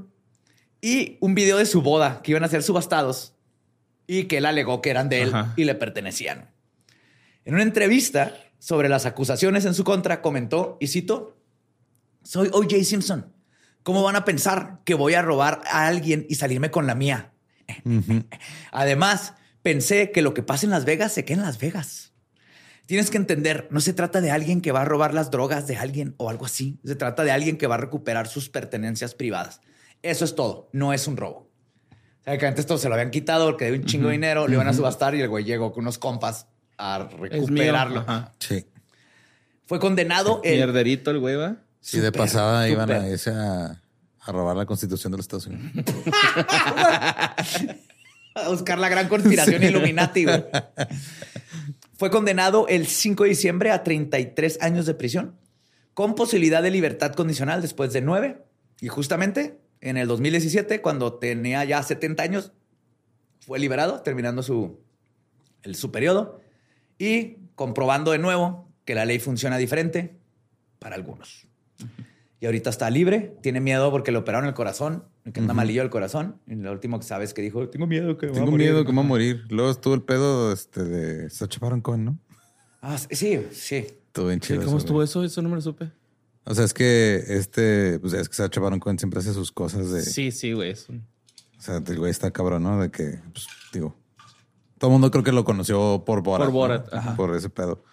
y un video de su boda que iban a ser subastados y que él alegó que eran de él Ajá. y le pertenecían. En una entrevista sobre las acusaciones en su contra comentó, y cito, soy O J Simpson. ¿Cómo van a pensar que voy a robar a alguien y salirme con la mía? Uh-huh. Además, pensé que lo que pasa en Las Vegas se queda en Las Vegas. Tienes que entender, no se trata de alguien que va a robar las drogas de alguien o algo así. Se trata de alguien que va a recuperar sus pertenencias privadas. Eso es todo. No es un robo. O sea, que antes todo se lo habían quitado porque debe un chingo uh-huh. de dinero, uh-huh. le iban a subastar y el güey llegó con unos compas a recuperarlo. Sí. Fue condenado... El... Mierderito el güey, ¿va? Sí, super, de pasada super. iban a irse a, a robar la Constitución de los Estados Unidos. A buscar la gran conspiración sí. Illuminati, güey. Fue condenado el cinco de diciembre a treinta y tres años de prisión, con posibilidad de libertad condicional después de nueve. Y justamente en el dos mil diecisiete, cuando tenía ya setenta años, fue liberado, terminando su, el, su periodo y comprobando de nuevo que la ley funciona diferente para algunos. Uh-huh. Y ahorita está libre, tiene miedo porque le operaron el corazón, que anda uh-huh. malillo el corazón. Y lo último que sabes que dijo, tengo miedo que me Tengo va a morir. miedo que me va a morir. Luego estuvo el pedo este, de Sacha Baron Cohen, ¿no? Ah, sí, sí. Estuvo bien chido. Sí, ¿cómo eso, estuvo güey. eso? Eso no me lo supe. O sea, es que este, pues es que Sacha Baron Cohen siempre hace sus cosas de... Sí, sí, güey. Eso. O sea, el güey está cabrón, ¿no? De que, pues, digo, todo el mundo creo que lo conoció por Borat. Por Borat, ¿no? ajá. Por ese pedo.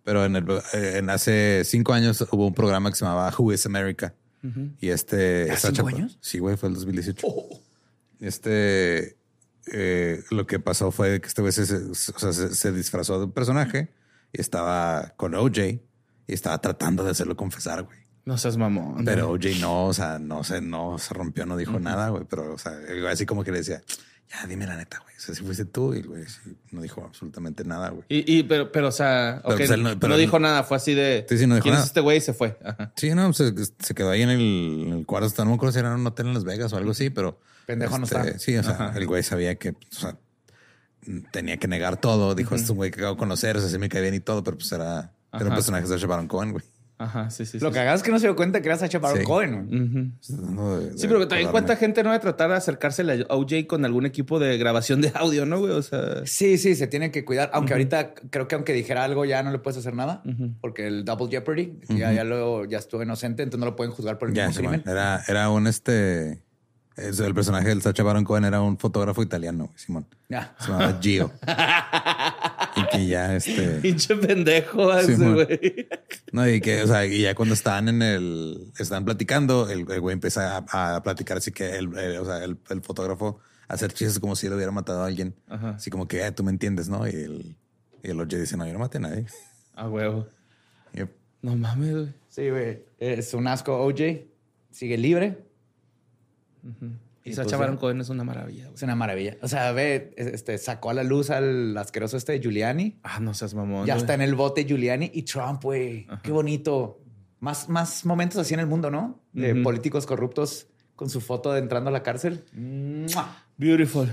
Pero en, el, en hace cinco años hubo un programa que se llamaba Who is America. Uh-huh. Y este... ¿Hace cinco años? Sí, güey, fue el dos mil dieciocho. Oh. Este... Eh, lo que pasó fue que este güey se, se, o sea, se, se disfrazó de un personaje y estaba con O J y estaba tratando de hacerlo confesar, güey. No seas mamón. Pero O J no, o sea, no se, no se rompió, no dijo uh-huh. nada, güey. Pero, o sea, así como que le decía... Ya, dime la neta, güey. O sea, si fuiste tú y, güey, sí, no dijo absolutamente nada, güey. Y, y pero, pero, o sea, pero, okay, pues, él no, pero no dijo nada. Fue así de... Sí, sí, no dijo ¿quién nada. es este güey? Y se fue. Ajá. Sí, no, se, se quedó ahí en el, en el cuarto. No me acuerdo si era un hotel en Las Vegas o algo así, pero... Pendejo este, no está. Sí, o sea, Ajá. el güey sabía que... O sea, tenía que negar todo. Dijo, uh-huh. este es un güey que acabo de conocer, o sea, sí me cae bien y todo, pero pues era, era un personaje de Sacha Baron Cohen, güey. Ajá, sí, sí. Lo sí. que hagas es que no se dio cuenta que era Sacha Baron sí. Cohen. Uh-huh. No, de, sí, de pero también cuánta gente no va a tratar de acercarse a O J con algún equipo de grabación de audio, ¿no, güey? O sea... Sí, sí, se tiene que cuidar. Aunque uh-huh. ahorita creo que aunque dijera algo ya no le puedes hacer nada. Uh-huh. Porque el Double Jeopardy uh-huh. ya, ya, lo, ya estuvo inocente, entonces no lo pueden juzgar por el ya, mismo crimen. Man. Era, era un este... El personaje del Sacha Baron Cohen era un fotógrafo italiano, Simón. Ya. Se llamaba Gio. Y que ya este... Pinche pendejo ese, güey. No, y que, o sea, y ya cuando estaban en el... Están platicando, el, el güey empieza a, a platicar así que el, el, o sea, el, el fotógrafo a hacer chistes como si él hubiera matado a alguien. Ajá. Así como que, eh, tú me entiendes, ¿no? Y el, y el O J dice, no, yo no maté a nadie. A huevo. Yep. No mames, güey. Sí, güey. Es un asco O J. Sigue libre. Uh-huh. Y, y Sacha Baron Cohen es una maravilla, güey. Es una maravilla. O sea, ve, este, sacó a la luz al asqueroso este de Giuliani. Ah, no seas mamón. Ya güey. está en el bote Giuliani y Trump, güey. Qué bonito. Más, más momentos así en el mundo, ¿no? De uh-huh. políticos corruptos con su foto de entrando a la cárcel. ¡Mua! Beautiful.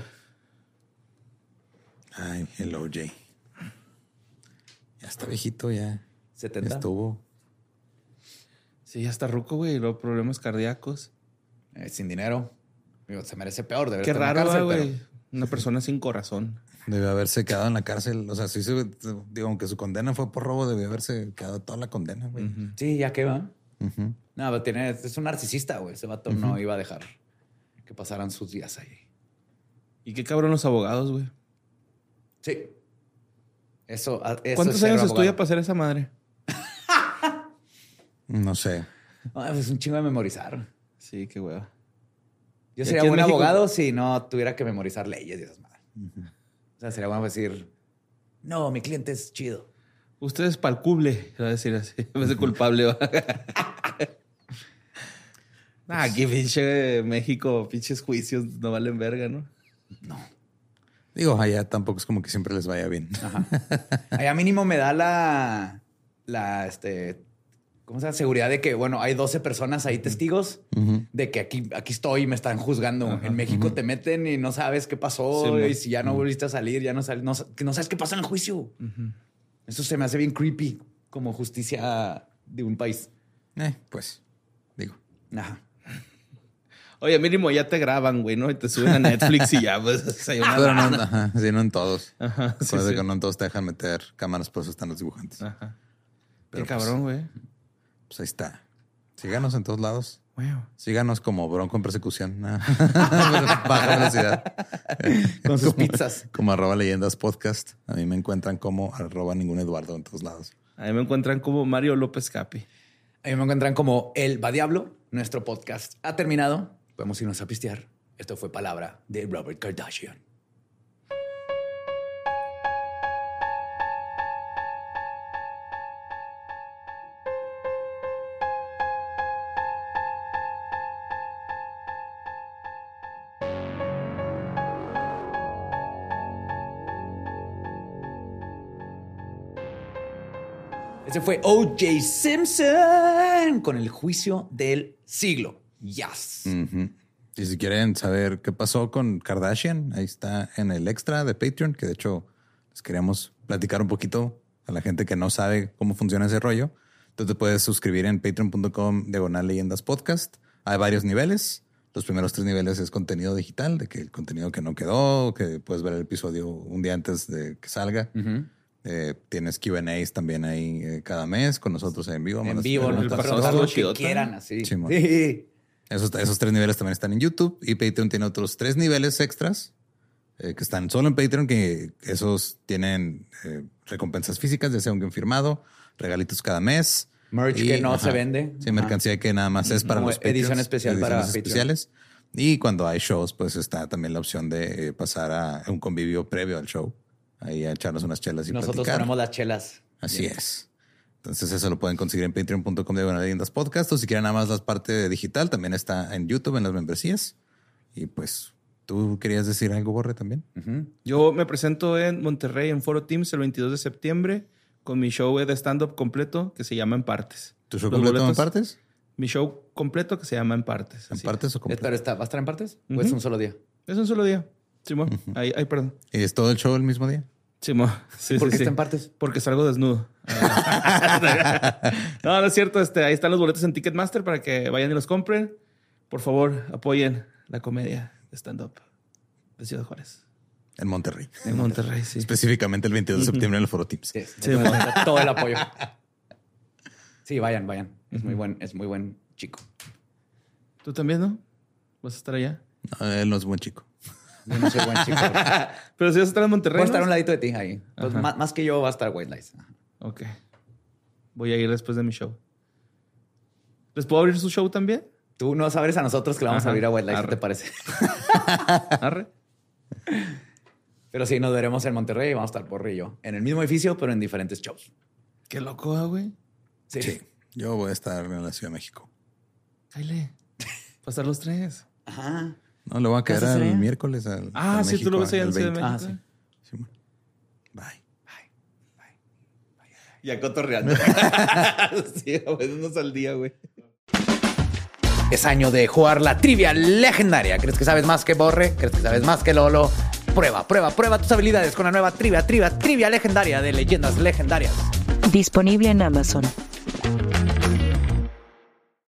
Ay, el O J. Ya está viejito, ya. setenta. Ya estuvo. Sí, ya está ruco, güey. Los problemas cardíacos. Eh, sin dinero. Digo, se merece peor. Debe Qué estar raro, en la cárcel, güey. pero... Una persona sin corazón. Debe haberse quedado en la cárcel. O sea, sí, se, digo, aunque su condena fue por robo, debe haberse quedado toda la condena, güey. Uh-huh. Sí, ya que va. Uh-huh. No, pero tiene, es un narcisista, güey. Ese vato uh-huh. no iba a dejar que pasaran sus días ahí. Y qué cabrón los abogados, güey. Sí. Eso, eso ¿Cuántos años estudia para hacer esa madre? No sé. No, es un chingo de memorizar. Sí, qué hueva. Yo sería buen México... abogado si no tuviera que memorizar leyes y esas madres. Uh-huh. O sea, sería bueno decir, no, mi cliente es chido. Usted es palcuble, va a decir así. En vez de culpable. Ah, aquí pinche México, pinches juicios no valen verga, ¿no? No. Digo, allá tampoco es como que siempre les vaya bien. Ajá. Allá mínimo me da la, la, este, ¿cómo se llama? Seguridad de que, bueno, hay doce personas ahí testigos uh-huh. de que aquí, aquí estoy y me están juzgando. Ajá. En México uh-huh. te meten y no sabes qué pasó. Sí, y si ya no uh-huh. volviste a salir, ya no sales, no, no sabes qué pasó en el juicio. Uh-huh. Eso se me hace bien creepy como justicia de un país. Eh, pues, digo. Ajá. Oye, mínimo ya te graban, güey, ¿no? Y te suben a Netflix y ya, pues, hay una... Pero no, ajá, sí, no en todos. Ajá, sí, sí. sí. que no en todos te dejan meter cámaras, por eso están los dibujantes. Ajá. Pero qué cabrón, güey. Pues, pues ahí está. Síganos en todos lados. Wow. Síganos como Bronco en persecución. Baja velocidad. Con sus pizzas. Como arroba leyendas podcast. A mí me encuentran como arroba ningún Eduardo en todos lados. A mí me encuentran como Mario López Capi. A mí me encuentran como El Va Diablo. Nuestro podcast ha terminado. Podemos irnos a pistear. Esto fue palabra de Robert Kardashian. Ese fue O J Simpson con el juicio del siglo. Yes. Uh-huh. Y si quieren saber qué pasó con Kardashian, ahí está en el extra de Patreon, que de hecho les queríamos platicar un poquito a la gente que no sabe cómo funciona ese rollo. Entonces te puedes suscribir en patreon punto com diagonal leyendas podcast. Hay varios niveles. Los primeros tres niveles es contenido digital, de que el contenido que no quedó, que puedes ver el episodio un día antes de que salga. Uh-huh. Eh, tienes Q and A's también ahí eh, cada mes con nosotros en vivo. En vivo, no pasamos lo que quieran así. Sí, sí. Esos, esos tres niveles también están en YouTube y Patreon tiene otros tres niveles extras eh, que están solo en Patreon, que esos tienen eh, recompensas físicas, ya sea un game firmado, regalitos cada mes. Merch y, que no ajá, se vende. Sí, mercancía que nada más es para Como los edición Patreons, especial ediciones para especiales. Y cuando hay shows, pues está también la opción de pasar a un convivio previo al show. Ahí a echarnos unas chelas y Nosotros platicar. ponemos las chelas. Así Bien. es. Entonces eso lo pueden conseguir en patreon punto com de Leyendas Podcast. O si quieren nada más la parte digital, también está en YouTube, en las membresías. Y pues, ¿tú querías decir algo, Borre, también? Ujú. Yo me presento en Monterrey, en Foro Teams, el veintidós de septiembre, con mi show de stand-up completo que se llama En Partes. ¿Tu show Los completo en boletos- partes? Mi show completo que se llama En Partes. ¿En así. partes o completo? ¿Pero está, va a estar en partes? ¿O es Ujú. un solo día? Es un solo día. Simón. Ahí, ahí, perdón. ¿Y es todo el show el mismo día? Simón. Sí, ¿Por sí, qué sí. está en partes? Porque salgo desnudo. No, no es cierto. Este, ahí están los boletos en Ticketmaster para que vayan y los compren. Por favor, apoyen la comedia de stand-up de Ciudad Juárez. En Monterrey. En Monterrey, sí. Específicamente el veintidós de septiembre en el Foro Tips. Sí, Sí, necesita todo el apoyo. Sí, vayan, vayan. Es muy buen, es muy buen chico. ¿Tú también, no? ¿Vas a estar allá? No, él no es buen chico. Yo no soy buen chico. Pero si vas a estar en Monterrey. Voy a estar a ¿no? un ladito de ti ahí. Pues Ajá. más, más que yo va a estar White Lies. Ok. Voy a ir después de mi show. ¿Les puedo abrir su show también? Tú nos abres a nosotros que le vamos Ajá. a abrir a White Lies, ¿qué Arre. te parece? Arre. Pero sí, nos veremos en Monterrey y vamos a estar Borre y yo. En el mismo edificio, pero en diferentes shows. Qué loco, ah, güey. Sí. Sí. Yo voy a estar en la Ciudad de México. Cállate. Pasar los tres. Ajá. No, le voy a ¿Qué quedar haces allá? el miércoles. Al, Ah, al sí, tú lo ves allá en el Ciudad de veinte. México. Ah, sí. Sí, bueno. Bye. Ya cotorreando. Sí, a veces no saldía, güey. Es año de jugar la trivia legendaria. ¿Crees que sabes más que Borre? ¿Crees que sabes más que Lolo? Prueba, prueba, prueba tus habilidades con la nueva trivia, trivia, trivia legendaria de Leyendas Legendarias. Disponible en Amazon.